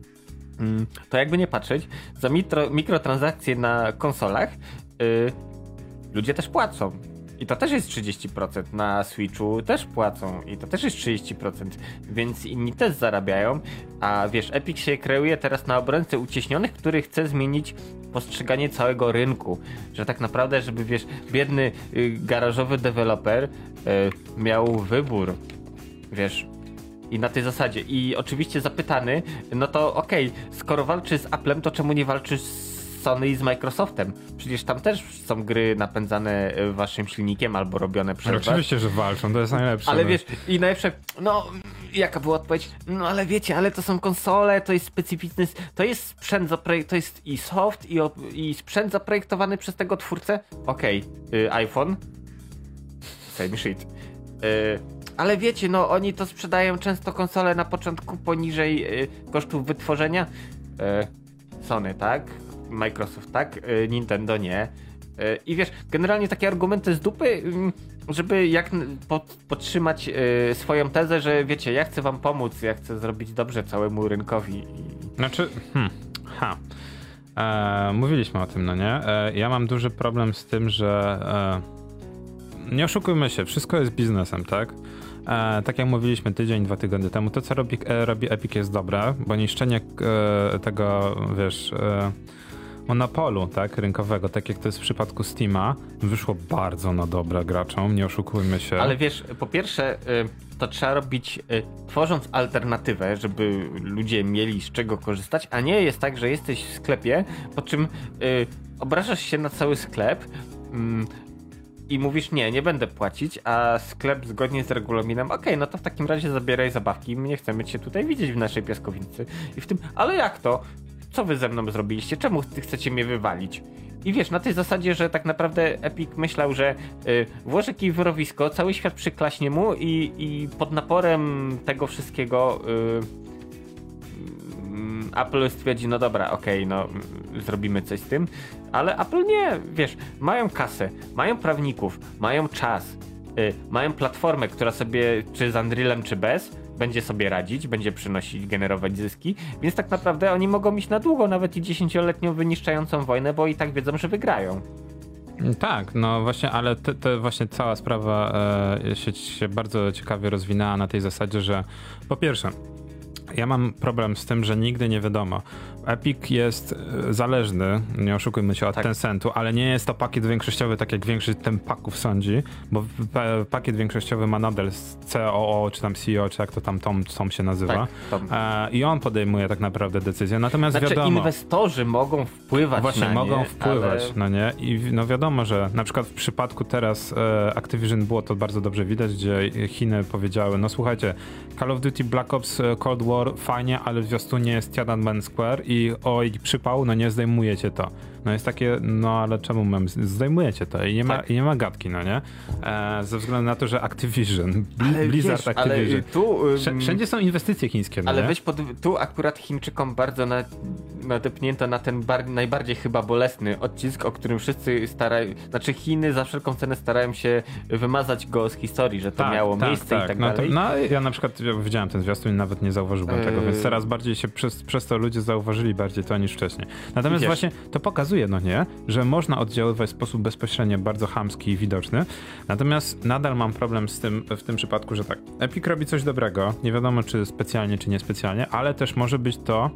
to jakby nie patrzeć, za mikro, mikrotransakcje na konsolach yy, ludzie też płacą. I to też jest trzydzieści procent. Na Switchu też płacą. I to też jest trzydzieści procent. Więc inni też zarabiają. A wiesz, Epic się kreuje teraz na obrońcę ucieśnionych, który chce zmienić postrzeganie całego rynku. Że tak naprawdę, żeby wiesz, biedny yy, garażowy deweloper yy, miał wybór. Wiesz... I na tej zasadzie. I oczywiście zapytany, no to okej, okay, skoro walczy z Applem, to czemu nie walczysz z Sony i z Microsoftem? Przecież tam też są gry napędzane waszym silnikiem albo robione przez was. Oczywiście, że walczą, to jest najlepsze. Ale wiesz, i najlepsze, no jaka była odpowiedź? No ale wiecie, ale to są konsole, to jest specyficzny, to jest sprzęt, zapre- to jest i soft, i, op- i sprzęt zaprojektowany przez tego twórcę. Okej, okay, iPhone, same shit. Y- Ale wiecie, no oni to sprzedają często konsole na początku poniżej y, kosztów wytworzenia. Y, Sony, tak? Microsoft, tak? Y, Nintendo nie. Y, I wiesz, generalnie takie argumenty z dupy, y, żeby jak pod, podtrzymać y, swoją tezę, że wiecie, ja chcę wam pomóc, ja chcę zrobić dobrze całemu rynkowi. I... Znaczy, hmm, ha. E, mówiliśmy o tym, no nie? E, ja mam duży problem z tym, że e, nie oszukujmy się, wszystko jest biznesem, tak? E, tak jak mówiliśmy tydzień, dwa tygodnie temu, to co robi, e, robi Epic jest dobre, bo niszczenie e, tego, wiesz, e, monopolu, tak, rynkowego, tak jak to jest w przypadku Steama, wyszło bardzo na dobre graczom, nie oszukujmy się. Ale wiesz, po pierwsze, to trzeba robić tworząc alternatywę, żeby ludzie mieli z czego korzystać, a nie jest tak, że jesteś w sklepie, po czym obrażasz się na cały sklep, i mówisz, nie, nie będę płacić, a sklep zgodnie z regulaminem, okej, okay, no to w takim razie zabieraj zabawki, my nie chcemy cię tutaj widzieć w naszej piaskownicy. I w tym, ale jak to? Co wy ze mną zrobiliście? Czemu chcecie mnie wywalić? I wiesz, na tej zasadzie, że tak naprawdę Epic myślał, że y, włoży kij w mrowisko, cały świat przyklaśnie mu i, i pod naporem tego wszystkiego y, Apple stwierdzi, no dobra, okej, okay, no zrobimy coś z tym, ale Apple nie, wiesz, mają kasę, mają prawników, mają czas, y, mają platformę, która sobie, czy z Unrealem, czy bez, będzie sobie radzić, będzie przynosić, generować zyski, więc tak naprawdę oni mogą iść na długo, nawet i dziesięcioletnią wyniszczającą wojnę, bo i tak wiedzą, że wygrają. Tak, no właśnie, ale to, to właśnie cała sprawa e, się, się bardzo ciekawie rozwinęła na tej zasadzie, że po pierwsze, ja mam problem z tym, że nigdy nie wiadomo. Epic jest zależny, nie oszukujmy się, od tak. Tencentu, ale nie jest to pakiet większościowy, tak jak większość tempaków sądzi, bo pakiet większościowy ma nadal C O O, czy tam C E O, czy jak to tam Tom, Tom się nazywa. Tak, e, I on podejmuje tak naprawdę decyzję. Natomiast znaczy, wiadomo... inwestorzy mogą wpływać właśnie, na mogą nie, wpływać, ale... no nie? I no wiadomo, że na przykład w przypadku teraz e, Activision było to bardzo dobrze widać, gdzie Chiny powiedziały, no słuchajcie, Call of Duty Black Ops Cold War fajnie, ale w zwiastunie jest Tiananmen Square i oj, przypał, no nie zdejmujecie to. No jest takie, no ale czemu mam, zdejmujecie to i nie ma, tak. i nie ma gadki, no nie? E, ze względu na to, że Activision, ale Blizzard wiesz, Activision, ale tu, um, wszędzie są inwestycje chińskie, no ale nie? weź pod, tu akurat Chińczykom bardzo na, nadepnięto na ten bar, najbardziej chyba bolesny odcisk, o którym wszyscy starają, znaczy Chiny za wszelką cenę starają się wymazać go z historii, że to tak, miało tak, miejsce tak. i tak no dalej. To, no ja na przykład widziałem ten zwiastun i nawet nie zauważyłem yy... tego, więc teraz bardziej się przez, przez to ludzie zauważyli bardziej to niż wcześniej. Natomiast wiesz, właśnie to pokazuje, no nie, że można oddziaływać w sposób bezpośrednio bardzo chamski i widoczny. Natomiast nadal mam problem z tym w tym przypadku, że tak, Epic robi coś dobrego, nie wiadomo czy specjalnie, czy niespecjalnie, ale też może być to,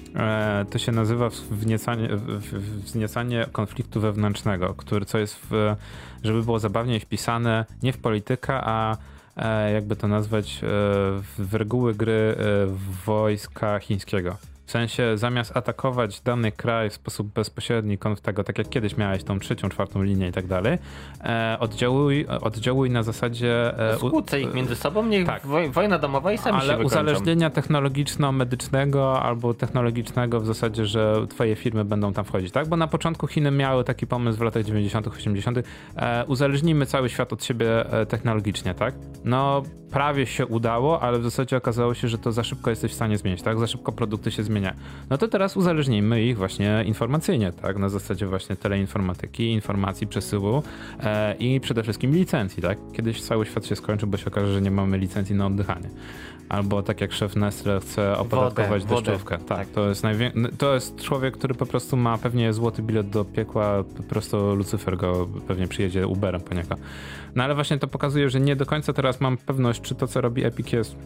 e, to się nazywa wzniecanie, wzniecanie konfliktu wewnętrznego, który, co jest, w, żeby było zabawniej wpisane nie w politykę, a e, jakby to nazwać, e, w reguły gry e, wojska chińskiego. W sensie zamiast atakować dany kraj w sposób bezpośredni, tego, tak jak kiedyś miałeś tą trzecią, czwartą linię i tak dalej, e, oddziałuj, oddziałuj na zasadzie... E, skłócę ich między sobą, niech tak. woj, wojna domowa i sami ale się wykończą. uzależnienia technologiczno-medycznego albo technologicznego w zasadzie, że twoje firmy będą tam wchodzić, tak? Bo na początku Chiny miały taki pomysł w latach dziewięćdziesiątych, osiemdziesiątych. E, uzależnijmy cały świat od siebie e, technologicznie, tak? No prawie się udało, ale w zasadzie okazało się, że to za szybko jesteś w stanie zmienić, tak? Za szybko produkty się zmienia. No to teraz uzależnijmy ich właśnie informacyjnie, tak? Na zasadzie właśnie teleinformatyki, informacji, przesyłu e, i przede wszystkim licencji, tak? Kiedyś cały świat się skończy, bo się okaże, że nie mamy licencji na oddychanie. Albo tak jak szef Nestle chce opodatkować wodę, deszczówkę. Wodę. Tak, to jest, najwię- to jest człowiek, który po prostu ma pewnie złoty bilet do piekła, po prostu Lucyfer go pewnie przyjedzie Uberem po niego. No ale właśnie to pokazuje, że nie do końca teraz mam pewność, czy to, co robi Epic jest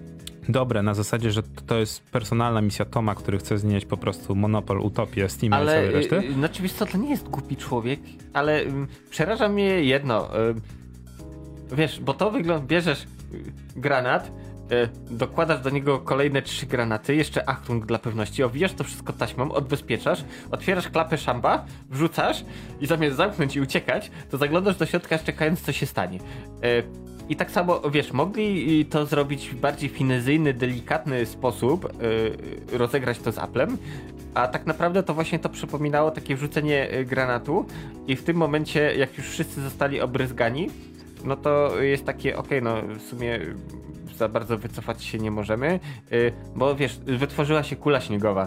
dobre, na zasadzie, że to jest personalna misja Toma, który chce znieść po prostu monopol, utopię, Steam i całej reszty. Yy, znaczy wiesz co, to nie jest głupi człowiek, ale yy, przeraża mnie jedno. Yy, wiesz, bo to wygląda, bierzesz yy, granat, yy, dokładasz do niego kolejne trzy granaty, jeszcze Achtung dla pewności, owijasz to wszystko taśmą, odbezpieczasz, otwierasz klapę szamba, wrzucasz i zamiast zamknąć i uciekać, to zaglądasz do środka, czekając co się stanie. Yy, I tak samo, wiesz, mogli to zrobić w bardziej finezyjny, delikatny sposób, yy, rozegrać to z Applem, a tak naprawdę to właśnie to przypominało takie wrzucenie granatu i w tym momencie, jak już wszyscy zostali obryzgani, no to jest takie, okej, okay, no w sumie za bardzo wycofać się nie możemy, yy, bo wiesz, wytworzyła się kula śniegowa.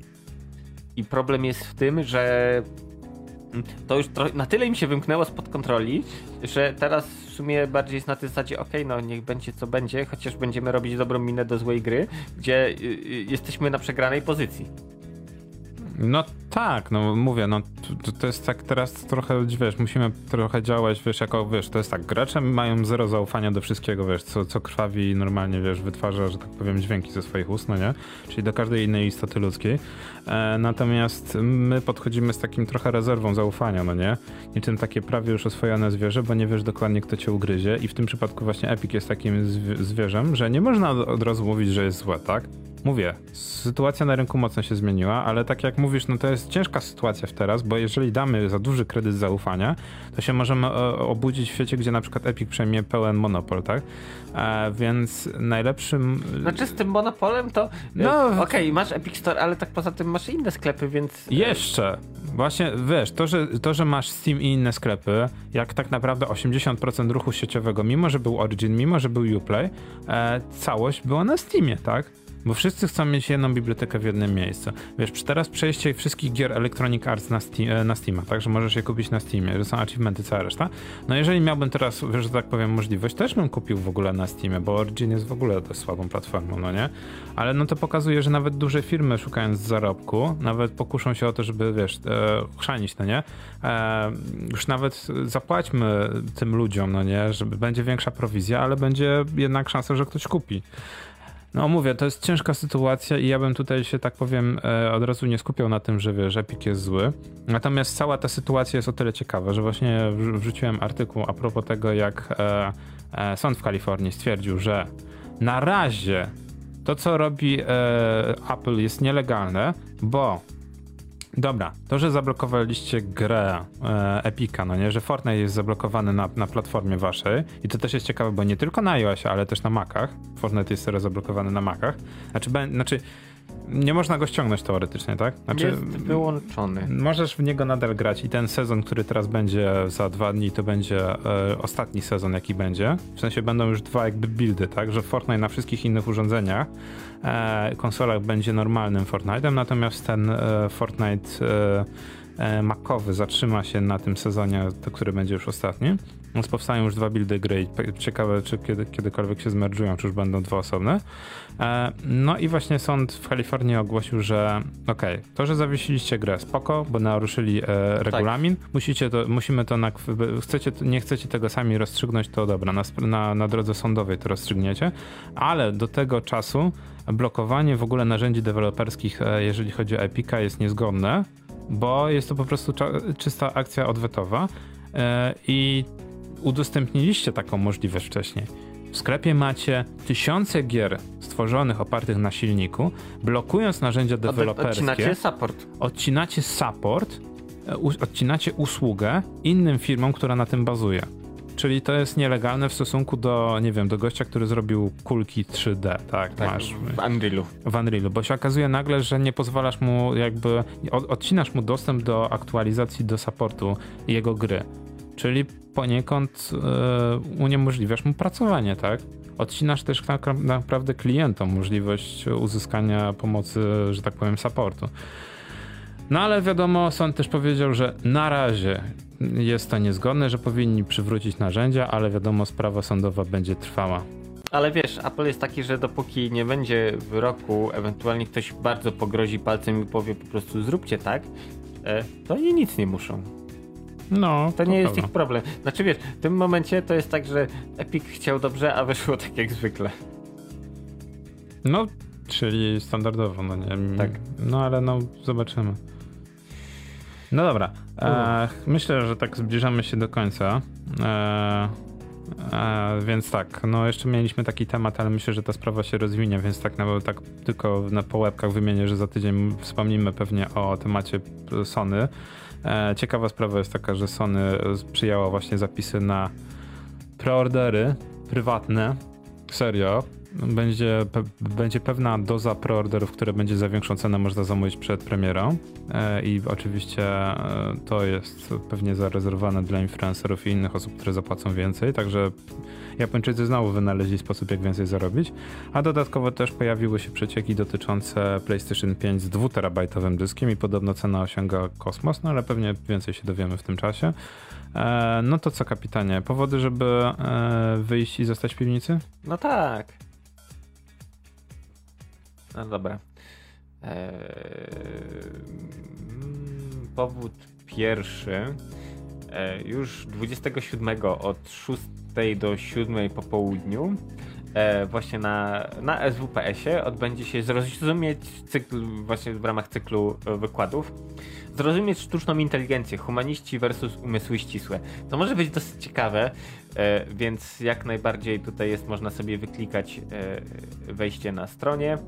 I problem jest w tym, że to już tro- na tyle im się wymknęło spod kontroli, że teraz w sumie bardziej jest na tej zasadzie, okej, okay, no niech będzie co będzie, chociaż będziemy robić dobrą minę do złej gry, gdzie y- y- jesteśmy na przegranej pozycji. No tak, no mówię, no to, to jest tak teraz trochę, wiesz, musimy trochę działać, wiesz, jako, wiesz, to jest tak, gracze mają zero zaufania do wszystkiego, wiesz, co, co krwawi i normalnie, wiesz, wytwarza, że tak powiem, dźwięki ze swoich ust, no nie? Czyli do każdej innej istoty ludzkiej. E, natomiast my podchodzimy z takim trochę rezerwą zaufania, no nie? Niczym takie prawie już oswojone zwierzę, bo nie wiesz dokładnie, kto cię ugryzie i w tym przypadku właśnie Epic jest takim zw- zwierzem, że nie można od, od razu mówić, że jest złe, tak? Mówię, sytuacja na rynku mocno się zmieniła, ale tak jak mówisz, no to jest ciężka sytuacja w teraz, bo jeżeli damy za duży kredyt zaufania, to się możemy obudzić w świecie, gdzie na przykład Epic przejmie pełen monopol, tak? E, więc najlepszym... Znaczy z tym monopolem to... No, okej, okay, masz Epic Store, ale tak poza tym masz inne sklepy, więc... Jeszcze! Właśnie, wiesz, to że, to, że masz Steam i inne sklepy, jak tak naprawdę osiemdziesiąt procent ruchu sieciowego, mimo że był Origin, mimo że był Uplay, e, całość była na Steamie, tak? Bo wszyscy chcą mieć jedną bibliotekę w jednym miejscu. Wiesz, teraz przejście wszystkich gier Electronic Arts na, Steam, na Steama, tak, że możesz je kupić na Steamie, że są achievementy, cała reszta. No jeżeli miałbym teraz, wiesz, że tak powiem, możliwość, też bym kupił w ogóle na Steamie, bo Origin jest w ogóle dość słabą platformą, no nie? Ale no to pokazuje, że nawet duże firmy, szukając zarobku, nawet pokuszą się o to, żeby, wiesz, e, chrzanić, no nie? E, już nawet zapłaćmy tym ludziom, no nie? Żeby będzie większa prowizja, ale będzie jednak szansa, że ktoś kupi. No mówię, to jest ciężka sytuacja i ja bym tutaj się, tak powiem, od razu nie skupiał na tym, że wiesz, Epic jest zły. Natomiast cała ta sytuacja jest o tyle ciekawa, że właśnie wrzuciłem artykuł a propos tego, jak e, e, sąd w Kalifornii stwierdził, że na razie to, co robi e, Apple, jest nielegalne, bo dobra, to, że zablokowaliście grę e, Epica, no nie, że Fortnite jest zablokowany na, na platformie waszej i to też jest ciekawe, bo nie tylko na iOSie, ale też na Macach. Fortnite jest teraz zablokowany na Macach. Znaczy, be, znaczy nie można go ściągnąć teoretycznie, tak? Znaczy, jest wyłączony. Możesz w niego nadal grać i ten sezon, który teraz będzie za dwa dni, to będzie e, ostatni sezon, jaki będzie. W sensie będą już dwa jakby buildy, tak? Że Fortnite na wszystkich innych urządzeniach, e, konsolach będzie normalnym Fortnite'em, natomiast ten e, Fortnite e, e, Macowy zatrzyma się na tym sezonie, to, który będzie już ostatni. Więc powstają już dwa buildy gry i ciekawe, czy kiedy, kiedykolwiek się zmerdżują, czy już będą dwa osobne. E, no i właśnie sąd w Kalifornii ogłosił, że okej, okay, to, że zawiesiliście grę, spoko, bo naruszyli e, regulamin, tak. musicie to, musimy to, na, chcecie, nie chcecie tego sami rozstrzygnąć, to dobra, na, na, na drodze sądowej to rozstrzygniecie, ale do tego czasu blokowanie w ogóle narzędzi deweloperskich, e, jeżeli chodzi o Epica, jest niezgodne, bo jest to po prostu cza- czysta akcja odwetowa e, i udostępniliście taką możliwość wcześniej. W sklepie macie tysiące gier stworzonych opartych na silniku, blokując narzędzia deweloperskie. Odcinacie support. Odcinacie support, odcinacie usługę innym firmom, która na tym bazuje. Czyli to jest nielegalne w stosunku do, nie wiem, do gościa, który zrobił kulki trzy D, tak? tak masz w Unrealu. W Unrealu, bo się okazuje nagle, że nie pozwalasz mu jakby, odcinasz mu dostęp do aktualizacji, do supportu jego gry. Czyli poniekąd yy, uniemożliwiasz mu pracowanie, tak? Odcinasz też tak naprawdę klientom możliwość uzyskania pomocy, że tak powiem, supportu. No ale wiadomo, sąd też powiedział, że na razie jest to niezgodne, że powinni przywrócić narzędzia, ale wiadomo, sprawa sądowa będzie trwała. Ale wiesz, Apple jest taki, że dopóki nie będzie wyroku, ewentualnie ktoś bardzo pogrozi palcem i powie po prostu zróbcie tak, to oni nic nie muszą. No, to, to nie jest ich problem. Znaczy wiesz, w tym momencie to jest tak, że Epic chciał dobrze, a wyszło tak jak zwykle. No, czyli standardowo, no nie? Tak. No ale no, zobaczymy. No dobra, e, myślę, że tak zbliżamy się do końca. E, e, więc tak, no jeszcze mieliśmy taki temat, ale myślę, że ta sprawa się rozwinie, więc tak, no, tak tylko na po łebkach wymienię, że za tydzień wspomnimy pewnie o temacie Sony. E, ciekawa sprawa jest taka, że Sony przyjęła właśnie zapisy na preordery prywatne. Serio. Będzie, pe, będzie pewna doza preorderów, które będzie za większą cenę można zamówić przed premierą e, i oczywiście e, to jest pewnie zarezerwowane dla influencerów i innych osób, które zapłacą więcej, także Japończycy znowu wynaleźli sposób, jak więcej zarobić, a dodatkowo też pojawiły się przecieki dotyczące PlayStation pięć z dwuterabajtowym dyskiem i podobno cena osiąga kosmos, no ale pewnie więcej się dowiemy w tym czasie. E, no to co, kapitanie, powody, żeby e, wyjść i zostać w piwnicy? No tak. No dobra. Eee, powód pierwszy. E, już dwudziestego siódmego od szóstej do siódmej po południu e, właśnie na, na S W P S-ie odbędzie się zrozumieć cykl, właśnie w ramach cyklu wykładów, zrozumieć sztuczną inteligencję, humaniści versus umysły ścisłe. To może być dosyć ciekawe, e, więc jak najbardziej tutaj jest, można sobie wyklikać e, wejście na stronie.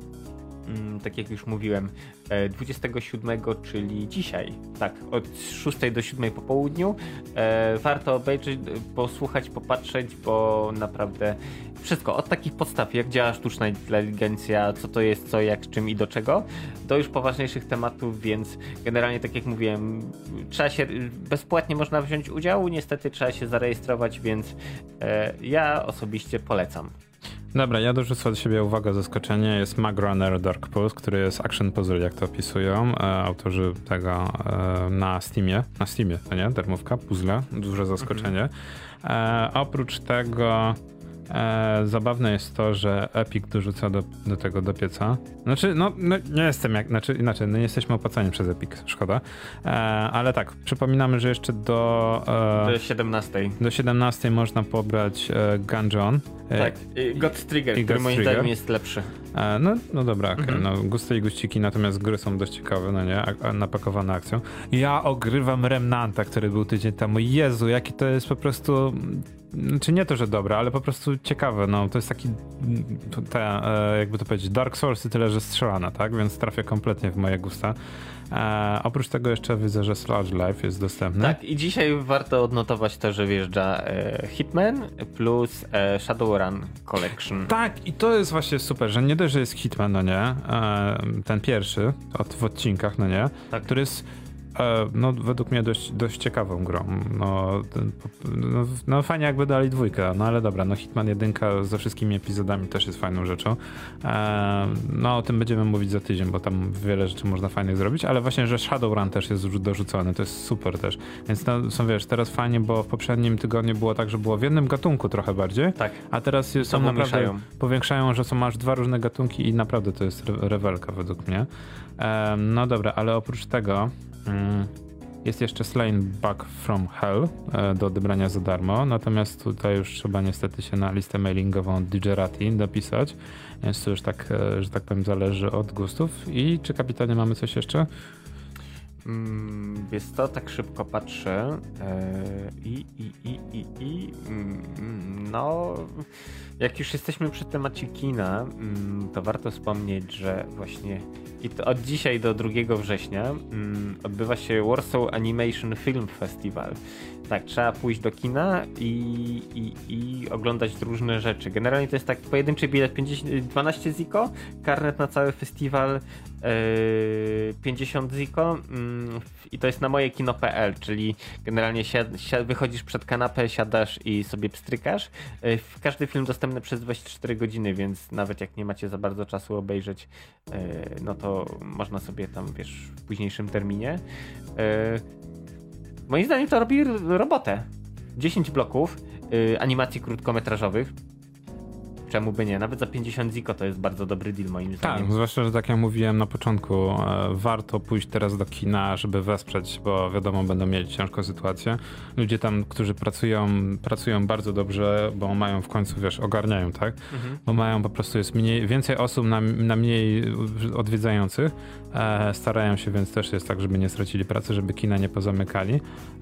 Mm, tak jak już mówiłem, e, dwudziestego siódmego, czyli dzisiaj, tak, od szóstej do siódmej po południu. E, warto obejrzeć, posłuchać, popatrzeć, bo naprawdę wszystko, od takich podstaw, jak działa sztuczna inteligencja, co to jest, co, jak, czym i do czego, do już poważniejszych tematów, więc generalnie, tak jak mówiłem, trzeba się, bezpłatnie można wziąć udział, niestety trzeba się zarejestrować, więc e, ja osobiście polecam. Dobra, ja dorzucę od siebie uwagę, zaskoczenie. Jest Mag Runner Dark Pulse, który jest action puzzle, jak to opisują. E, autorzy tego e, na Steamie. Na Steamie, to nie? Darmówka, puzzle. Duże zaskoczenie. E, oprócz tego e, zabawne jest to, że Epic dorzuca do, do tego do pieca. Znaczy, no, no nie jestem jak, znaczy inaczej, no nie jesteśmy opłacani przez Epic, szkoda. E, ale tak, przypominamy, że jeszcze do e, do siedemnastej. Do siedemnastej można pobrać e, Gungeon. Tak, i God Trigger, i który God moim Trigger. zdaniem jest lepszy. E, no, no dobra, okay. Mhm. No, gusty i guściki, natomiast gry są dość ciekawe, no nie, A, napakowane akcją. Ja ogrywam Remnanta, który był tydzień temu. Jezu, jaki to jest po prostu, znaczy nie to, że dobre, ale po prostu ciekawe, no to jest taki, te, e, jakby to powiedzieć, Dark Soulsy, tyle, że strzelana, tak, więc trafia kompletnie w moje gusta. E, oprócz tego jeszcze widzę, że Sludge Life jest dostępny. Tak, i dzisiaj warto odnotować to, że wjeżdża e, Hitman plus e, Shadowrun Collection. Tak, i to jest właśnie super, że nie dość, że jest Hitman, no nie, e, ten pierwszy od, w odcinkach, no nie, tak. Który jest e, no według mnie dość, dość ciekawą grą. No, ten, no, no fajnie jakby dali dwójkę, no ale dobra, no Hitman jedynka ze wszystkimi epizodami też jest fajną rzeczą. E, no o tym będziemy mówić za tydzień, bo tam wiele rzeczy można fajnych zrobić, ale właśnie, że Shadowrun też jest dorzucony, to jest super też. Więc to są, wiesz, teraz fajnie, bo w poprzednim tygodniu było tak, że było w jednym gatunku trochę bardziej, tak. A teraz jest, są naprawdę, mieszają. Powiększają, że są masz dwa różne gatunki i naprawdę to jest re- rewelka według mnie. E, no dobra, ale oprócz tego jest jeszcze Slain Back from Hell do odebrania za darmo, natomiast tutaj już trzeba niestety się na listę mailingową Digerati dopisać, więc to już tak, że tak powiem, zależy od gustów. I czy, kapitanie, mamy coś jeszcze? Mm, wiesz co, tak szybko patrzę i, i, i, i, i no jak już jesteśmy przy temacie kina, to warto wspomnieć, że właśnie i to od dzisiaj do drugiego września odbywa się Warsaw Animation Film Festival. Tak, trzeba pójść do kina i, i, i oglądać różne rzeczy. Generalnie to jest tak pojedynczy bilet pięćdziesiąt, dwanaście ziko, karnet na cały festiwal yy, pięćdziesiąt ziko yy, i to jest na moje kino kropka p l, czyli generalnie siad, siad, wychodzisz przed kanapę, siadasz i sobie pstrykasz. Yy, każdy film dostępny przez dwadzieścia cztery godziny, więc nawet jak nie macie za bardzo czasu obejrzeć, yy, no to można sobie tam, wiesz, w późniejszym terminie. Yy, Moim zdaniem to robi robotę. dziesięć bloków yy, animacji krótkometrażowych. Czemu by nie? Nawet za pięćdziesiąt ziko to jest bardzo dobry deal, moim zdaniem. Tak, zwłaszcza, że tak jak mówiłem na początku, e, warto pójść teraz do kina, żeby wesprzeć, bo wiadomo, będą mieć ciężką sytuację. Ludzie tam, którzy pracują, pracują bardzo dobrze, bo mają w końcu, wiesz, ogarniają, tak? Mhm. Bo mają po prostu, jest mniej, więcej osób na, na mniej odwiedzających. E, starają się, więc też jest tak, żeby nie stracili pracy, żeby kina nie pozamykali.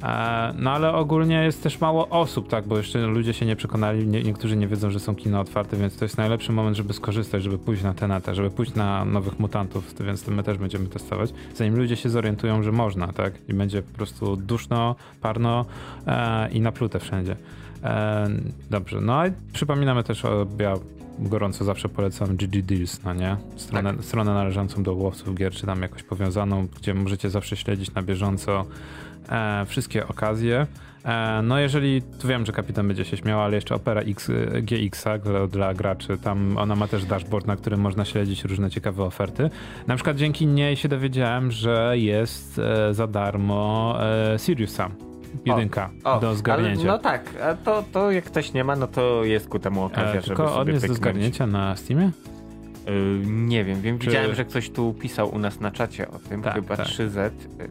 E, no ale ogólnie jest też mało osób, tak? Bo jeszcze ludzie się nie przekonali, nie, niektórzy nie wiedzą, że są kina otwarte, więc to jest najlepszy moment, żeby skorzystać, żeby pójść na Teneta, żeby pójść na Nowych Mutantów, więc to my też będziemy testować, zanim ludzie się zorientują, że można, tak? I będzie po prostu duszno, parno e, i naplute wszędzie. E, dobrze, no i przypominamy też, o, ja gorąco zawsze polecam G G Deals, no nie? Stronę, tak. stronę należącą do łowców gier, czy tam jakoś powiązaną, gdzie możecie zawsze śledzić na bieżąco e, wszystkie okazje. E, no jeżeli, tu wiem, że kapitan będzie się śmiał, ale jeszcze Opera X, G X-a dla, dla graczy, tam ona ma też dashboard, na którym można śledzić różne ciekawe oferty. Na przykład dzięki niej się dowiedziałem, że jest e, za darmo e, Serious Sam. Jedynka o, o, do zgarnięcia. Ale, no tak, a to, to jak ktoś nie ma, no to jest ku temu okazja, e, tylko żeby on jest do zgarnięcia na Steamie? Yy, nie wiem, wiem Czy... widziałem, że ktoś tu pisał u nas na czacie o tym, tak, chyba tak. trzy zet. Yy,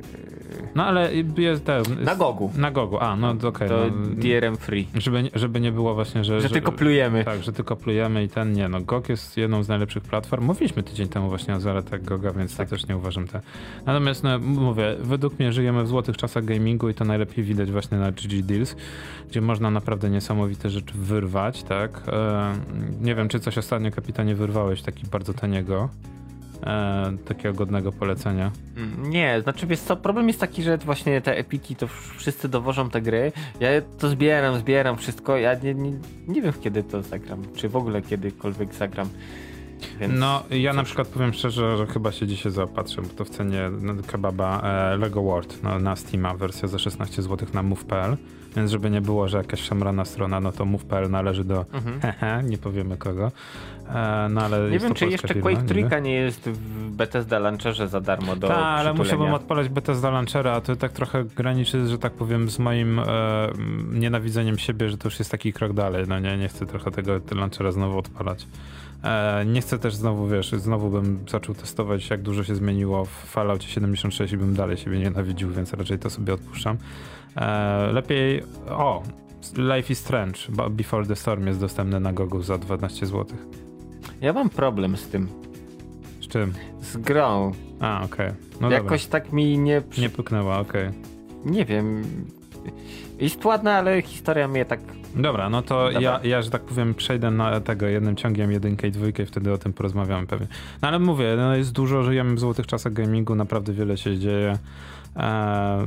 No ale jest ten... Na Gogu. Na Gogu, a no okej. Okay, to no, D R M free. Żeby, żeby nie było właśnie, że... Że, że tylko plujemy. Tak, że tylko plujemy i ten nie. No G O G jest jedną z najlepszych platform. Mówiliśmy tydzień temu właśnie o zaletach Goga, więc tak. to też nie uważam te. Natomiast no, mówię, według mnie żyjemy w złotych czasach gamingu i to najlepiej widać właśnie na G G Deals, gdzie można naprawdę niesamowite rzeczy wyrwać, tak? E, nie wiem, czy coś ostatnio, kapitanie, wyrwałeś taki bardzo taniego. E, takiego godnego polecenia. Nie, znaczy wiesz co, problem jest taki, że właśnie te epiki to wszyscy dowożą te gry, ja to zbieram, zbieram wszystko, ja nie, nie, nie wiem kiedy to zagram, czy w ogóle kiedykolwiek zagram. Więc no ja cóż. na przykład powiem szczerze, że chyba się dzisiaj zaopatrzę, bo to w cenie kebaba e, Lego World no, na Steama, wersja za szesnaście złotych na move kropka p l, więc żeby nie było, że jakaś szemrana strona, no to move kropka p l należy do mhm. hehe, nie powiemy kogo. E, no, ale nie wiem, czy jeszcze firma, Quake trzy nie, nie jest w Bethesda Launcherze za darmo do Tak, ale musiałbym odpalać Bethesda Launchera, a to tak trochę graniczy, że tak powiem, z moim e, nienawidzeniem siebie, że to już jest taki krok dalej. No nie, nie chcę trochę tego Launchera znowu odpalać. E, nie chcę też znowu, wiesz, znowu bym zaczął testować, jak dużo się zmieniło w Falloutie siedemdziesiąt sześć i bym dalej siebie nienawidził, więc raczej to sobie odpuszczam. E, lepiej, o, Life is Strange, Before the Storm jest dostępny na Gogu za dwanaście złotych. Ja mam problem z tym. Z czym? Z grą. A, okej. Okay. No jakoś dobra. tak mi nie... Nie pyknęła, okej. Okay. Nie wiem. Jest ładna, ale historia mnie tak... Dobra, no to ja, ja, że tak powiem, przejdę na tego jednym ciągiem jedynkę i dwójkę i wtedy o tym porozmawiamy pewnie. No ale mówię, no jest dużo, żyjemy w złotych czasach gamingu, naprawdę wiele się dzieje. Eee,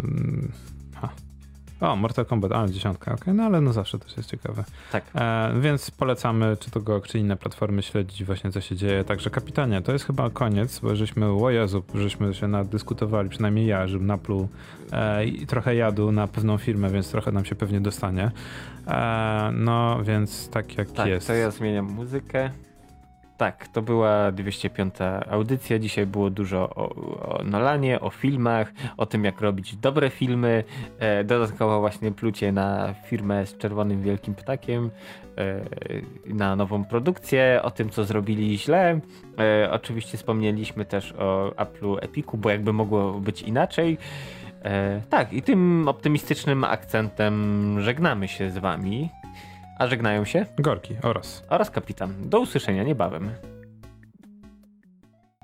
O, Mortal Kombat, ale dziesiątka, okej, okay. No ale no zawsze też jest ciekawe. Tak. E, więc polecamy, czy to G O G, czy inne platformy, śledzić właśnie, co się dzieje. Także kapitanie, to jest chyba koniec, bo żeśmy, o Jezu, żeśmy się nadyskutowali, przynajmniej ja, żebym napluł e, i trochę jadu na pewną firmę, więc trochę nam się pewnie dostanie. E, no, więc tak jak tak, jest. Tak, to ja zmieniam muzykę. Tak, to była dwieście piąta audycja. Dzisiaj było dużo o, o Nolanie, o filmach, o tym, jak robić dobre filmy. E, dodatkowo właśnie plucie na firmę z czerwonym wielkim ptakiem, e, na nową produkcję, o tym, co zrobili źle. E, oczywiście wspomnieliśmy też o Apple'u Epiku, bo jakby mogło być inaczej. E, tak, i tym optymistycznym akcentem żegnamy się z wami. A żegnają się Gorki oraz oraz kapitan. Do usłyszenia niebawem.